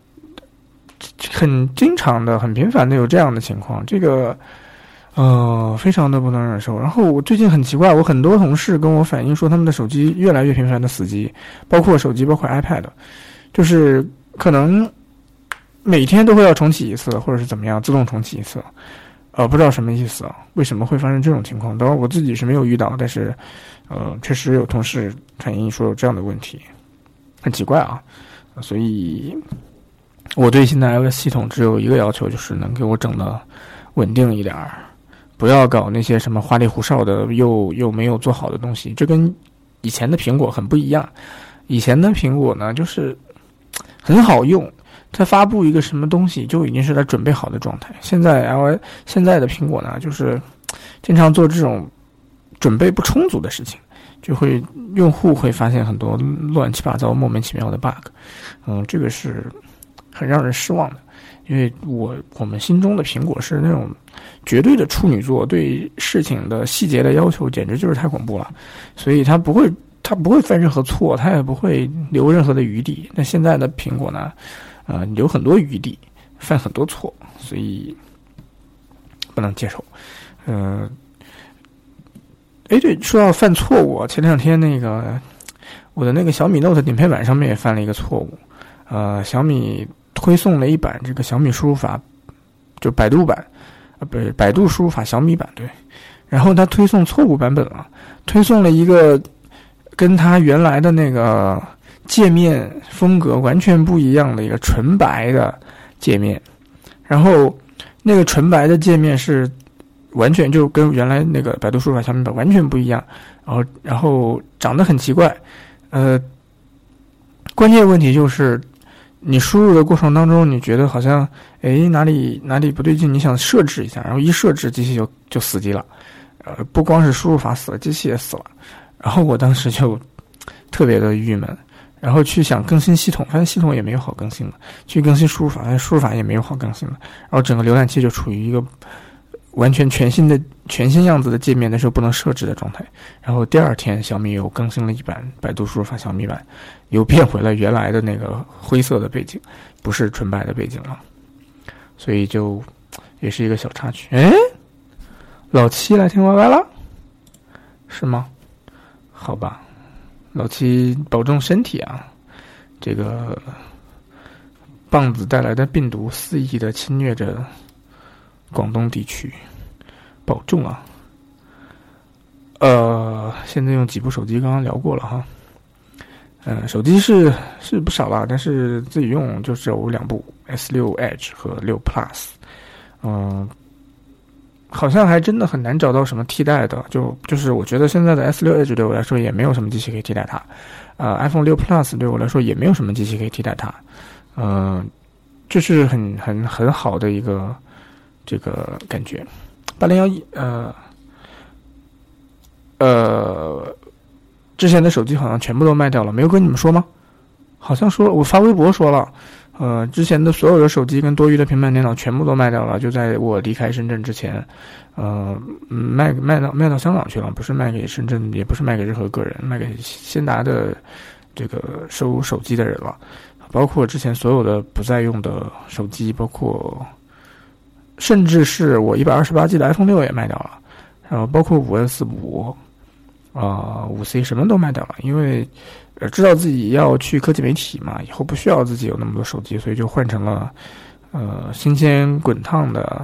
很经常的、很频繁的有这样的情况，这个呃非常的不能忍受。然后我最近很奇怪，我很多同事跟我反映说他们的手机越来越频繁的死机，包括手机，包括 iPad， 就是可能每天都会要重启一次，或者是怎么样，自动重启一次。呃，不知道什么意思啊？为什么会发生这种情况？当然我自己是没有遇到，但是，呃，确实有同事反映说有这样的问题，很奇怪啊。所以，我对现在 iOS 系统只有一个要求，就是能给我整的稳定一点儿，不要搞那些什么花里胡哨的，又又没有做好的东西。这跟以前的苹果很不一样。以前的苹果呢，就是很好用。它发布一个什么东西就已经是它准备好的状态。现在 iOS 现在的苹果呢，就是经常做这种准备不充足的事情，就会用户会发现很多乱七八糟、莫名其妙的 bug。嗯，这个是很让人失望的，因为我我们心中的苹果是那种绝对的处女座，对事情的细节的要求简直就是太恐怖了，所以它不会它不会犯任何错，它也不会留任何的余地。那现在的苹果呢？呃，有很多余地，犯很多错，所以不能接受。呃，哎，对，说到犯错误，前两天那个我的那个小米 Note 顶配版上面也犯了一个错误。呃，小米推送了一版这个小米输入法，就百度版，啊，不是百度输入法小米版，对。然后它推送错误版本了，推送了一个跟它原来的那个界面风格完全不一样的一个纯白的界面，然后那个纯白的界面是完全就跟原来那个百度输入法小米版完全不一样，然后然后长得很奇怪，呃，关键问题就是你输入的过程当中，你觉得好像诶哪里哪里不对劲，你想设置一下，然后一设置机器就就死机了，呃，不光是输入法死了，机器也死了，然后我当时就特别的郁闷。然后去想更新系统，发现系统也没有好更新了；去更新输入法，发现输入法也没有好更新了。然后整个浏览器就处于一个完全全新的、全新样子的界面，但是不能设置的状态。然后第二天，小米又更新了一版百度输入法小米版，又变回了原来的那个灰色的背景，不是纯白的背景了。所以就也是一个小插曲。哎，老七来听 Y Y 了，是吗？好吧。老七保重身体啊！这个棒子带来的病毒肆意的侵略着广东地区，保重啊！呃，现在用几部手机，刚刚聊过了哈。呃，手机是是不少了，但是自己用就只有两部 S 六 Edge 和六 Plus， 嗯、呃。好像还真的很难找到什么替代的，就就是我觉得现在的 S 六 Edge 对我来说也没有什么机器可以替代它，呃 ，iPhone 六 Plus 对我来说也没有什么机器可以替代它，呃，这是很很很好的一个这个感觉。八零一一，呃呃，之前的手机好像全部都卖掉了，没有跟你们说吗？好像说我发微博说了。呃，之前的所有的手机跟多余的平板电脑全部都卖掉了，就在我离开深圳之前，呃，卖卖到卖到香港去了，不是卖给深圳，也不是卖给任何个人，卖给先达的这个收手机的人了，包括之前所有的不再用的手机，包括甚至是我一百二十八 G 的 iPhone 六也卖掉了，然后包括五 S 五啊五 C 什么都卖掉了，因为。呃，知道自己要去科技媒体嘛，以后不需要自己有那么多手机，所以就换成了呃新鲜滚烫的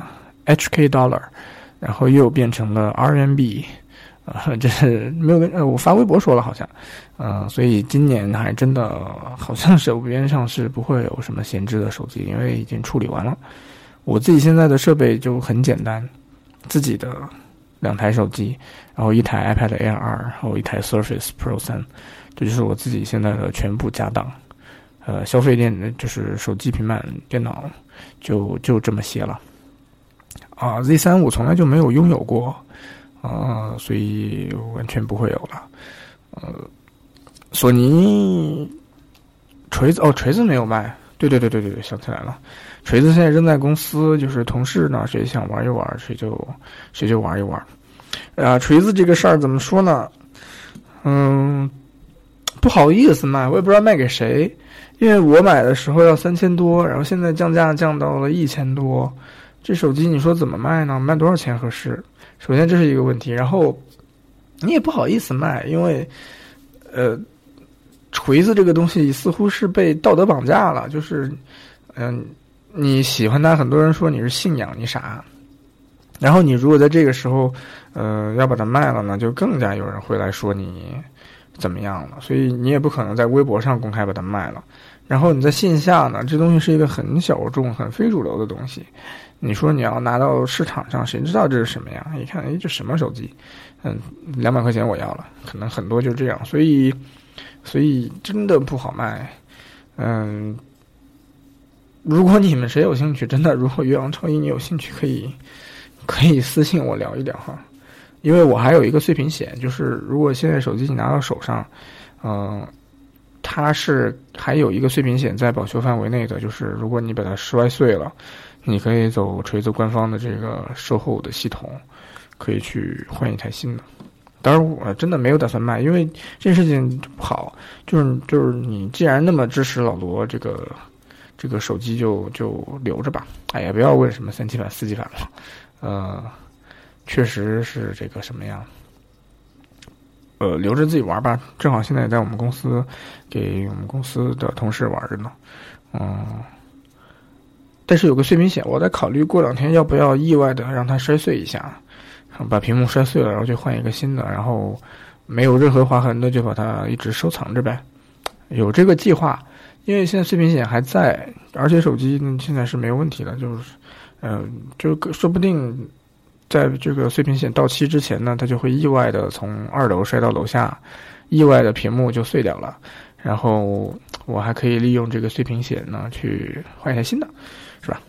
H K dollar， 然后又变成了 R M B， 啊、呃，这是没有跟呃我发微博说了好像，呃，所以今年还真的好像手边上是不会有什么闲置的手机，因为已经处理完了。我自己现在的设备就很简单，自己的两台手机，然后一台 iPad Air 二，然后一台 Surface Pro 三，这就是我自己现在的全部家当。呃，消费电就是手机、平板、电脑，就就这么些了。啊 ，Z 三我从来就没有拥有过，啊、呃，所以完全不会有了。呃，索尼锤子哦，锤子没有卖。对对对对对，想起来了，锤子现在扔在公司，就是同事呢，谁想玩一玩，谁就谁就玩一玩。啊，锤子这个事儿怎么说呢？嗯，不好意思卖，我也不知道卖给谁。因为我买的时候要三千多，然后现在降价降到了一千多，这手机你说怎么卖呢？卖多少钱合适？首先这是一个问题，然后你也不好意思卖，因为呃，锤子这个东西似乎是被道德绑架了，就是嗯、呃，你喜欢它，很多人说你是信仰，你傻。然后你如果在这个时候呃要把它卖了呢，就更加有人会来说你怎么样了，所以你也不可能在微博上公开把它卖了。然后你在线下呢，这东西是一个很小众、很非主流的东西。你说你要拿到市场上，谁知道这是什么呀？一看，哎，这什么手机？嗯，两百块钱我要了，可能很多就这样。所以，所以真的不好卖。嗯，如果你们谁有兴趣，真的，如果岳阳超一你有兴趣，可以可以私信我聊一聊哈。因为我还有一个碎屏险，就是如果现在手机你拿到手上，嗯、呃。它是还有一个碎屏险在保修范围内的，就是如果你把它摔碎了，你可以走锤子官方的这个售后的系统，可以去换一台新的。当然我真的没有打算卖，因为这件事情不好，就是就是你既然那么支持老罗这个这个手机就就留着吧。哎呀，不要问什么三七版四级版了，呃，确实是这个什么样。呃，留着自己玩吧，正好现在在我们公司给我们公司的同事玩着呢，嗯，但是有个碎屏险，我在考虑过两天要不要意外的让它摔碎一下，把屏幕摔碎了，然后就换一个新的，然后没有任何划痕的就把它一直收藏着呗，有这个计划，因为现在碎屏险还在，而且手机现在是没有问题的，就是，呃，就说不定。在这个碎屏险到期之前呢，它就会意外的从二楼摔到楼下，意外的屏幕就碎掉了。然后我还可以利用这个碎屏险呢去换一台新的，是吧？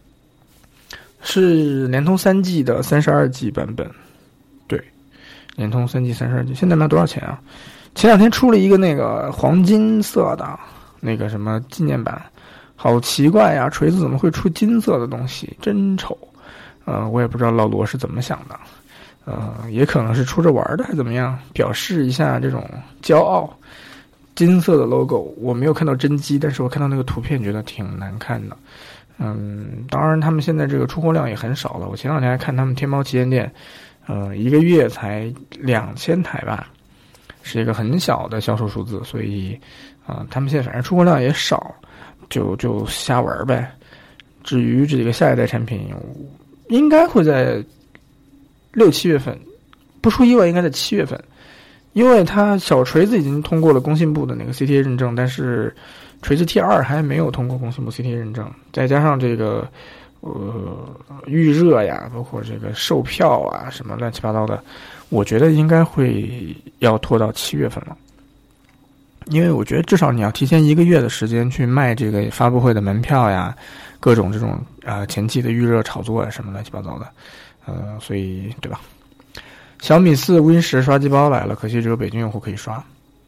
是联通三 G 的三十二 G 版本，对，联通三 G 三十二 G， 现在卖多少钱啊？前两天出了一个那个黄金色的那个什么纪念版，好奇怪呀！锤子怎么会出金色的东西？真丑。呃，我也不知道老罗是怎么想的，呃，也可能是出着玩的，还怎么样，表示一下这种骄傲。金色的 logo， 我没有看到真机，但是我看到那个图片，觉得挺难看的。嗯，当然他们现在这个出货量也很少了。我前两天还看他们天猫旗舰店，呃，一个月才两千台吧，是一个很小的销售数字，所以啊、呃，他们现在反正出货量也少，就就瞎玩呗。至于这个下一代产品，应该会在六七月份，不出意外应该在七月份，因为它小锤子已经通过了工信部的那个 C T A 认证，但是锤子 T 二还没有通过工信部 C T A 认证，再加上这个呃预热呀，包括这个售票啊什么乱七八糟的，我觉得应该会要拖到七月份了。因为我觉得至少你要提前一个月的时间去卖这个发布会的门票呀，各种这种啊、呃、前期的预热炒作啊什么乱七八糟的，呃，所以对吧？小米四 Win 十刷机包来了，可惜只有北京用户可以刷。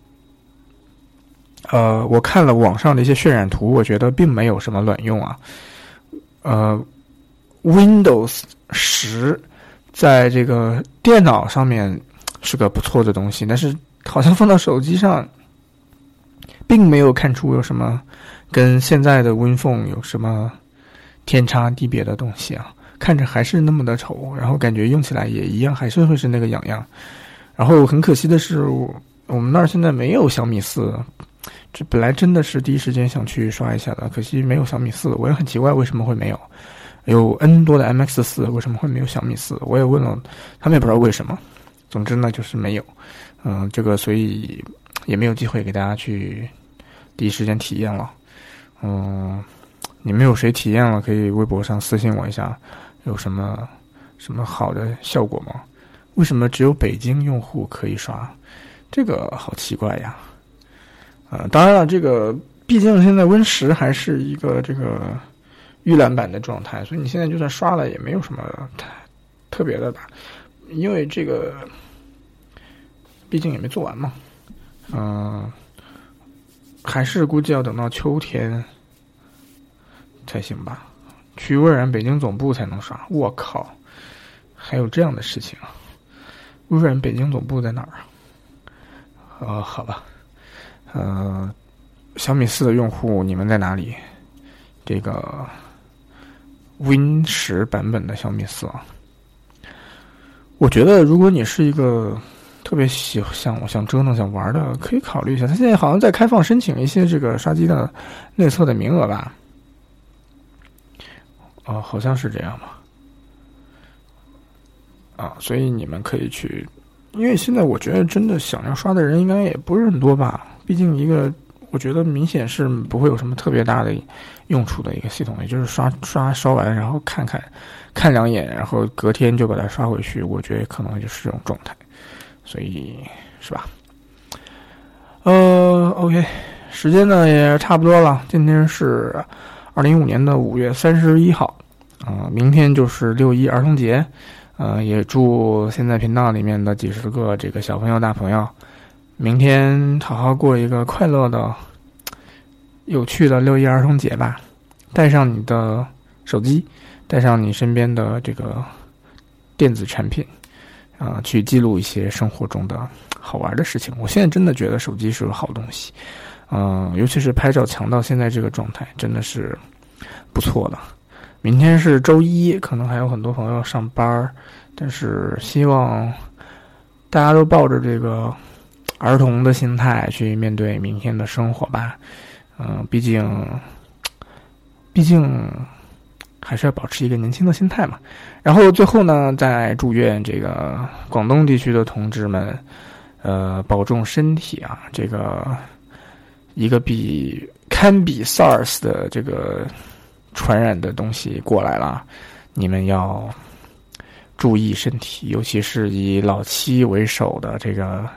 呃，我看了网上的一些渲染图，我觉得并没有什么卵用啊。呃 ，Windows 十在这个电脑上面是个不错的东西，但是好像放到手机上，并没有看出有什么跟现在的 WinPhone 有什么天差地别的东西啊，看着还是那么的丑，然后感觉用起来也一样，还是会是那个痒痒。然后很可惜的是，我们那儿现在没有小米四，这本来真的是第一时间想去刷一下的，可惜没有小米四，我也很奇怪为什么会没有。 有 N 多的 M X 四， 为什么会没有小米四？我也问了，他们也不知道为什么。总之呢，就是没有。嗯、呃，这个所以也没有机会给大家去第一时间体验了。嗯，你们有谁体验了，可以微博上私信我一下，有什么什么好的效果吗？为什么只有北京用户可以刷？这个好奇怪呀。呃，当然了，这个毕竟现在 Win 十还是一个这个预览版的状态，所以你现在就算刷了也没有什么太特别的吧，因为这个毕竟也没做完嘛。嗯、呃，还是估计要等到秋天才行吧，去微软北京总部才能刷。我靠，还有这样的事情啊！微软北京总部在哪儿啊？呃，好吧，呃，小米四的用户你们在哪里？这个 Win 十版本的小米四啊，我觉得如果你是一个特别喜想想折腾想玩的，可以考虑一下。他现在好像在开放申请一些这个刷机的内测的名额吧？哦，好像是这样吧。啊，所以你们可以去，因为现在我觉得真的想要刷的人应该也不是很多吧。毕竟一个，我觉得明显是不会有什么特别大的用处的一个系统，也就是刷刷烧完，然后看看看两眼，然后隔天就把它刷回去。我觉得可能就是这种状态，所以是吧？呃 ，OK， 时间呢也差不多了，今天是二零一五年的五月三十一号，啊、呃，明天就是六一儿童节。呃，也祝现在频道里面的几十个这个小朋友大朋友，明天好好过一个快乐的、有趣的六一儿童节吧。带上你的手机，带上你身边的这个电子产品，啊、呃，去记录一些生活中的好玩的事情。我现在真的觉得手机是个好东西，嗯、呃，尤其是拍照强到现在这个状态，真的是不错的。明天是周一，可能还有很多朋友上班，但是希望大家都抱着这个儿童的心态去面对明天的生活吧。嗯、呃，毕竟，毕竟还是要保持一个年轻的心态嘛。然后最后呢，再祝愿这个广东地区的同志们，呃，保重身体啊！这个一个比堪比 SARS 的这个传染的东西过来了，你们要注意身体，尤其是以老七为首的这个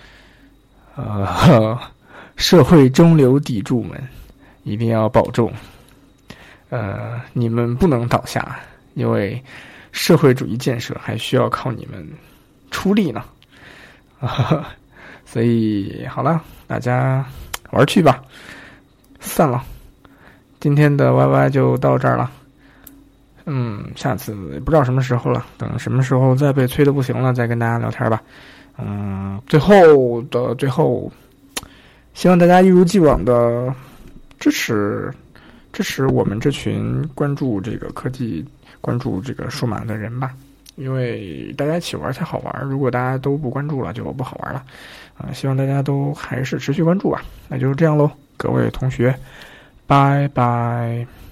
呃社会中流砥柱们，一定要保重。呃，你们不能倒下，因为社会主义建设还需要靠你们出力呢。啊，所以好了，大家玩去吧，散了。今天的 Y Y 就到这儿了，嗯，下次不知道什么时候了，等什么时候再被催得不行了，再跟大家聊天吧。嗯，最后的最后，希望大家一如既往的支持支持我们这群关注这个科技、关注这个数码的人吧，因为大家一起玩才好玩，如果大家都不关注了，就不好玩了。啊、呃，希望大家都还是持续关注吧。那就是这样喽，各位同学。拜拜。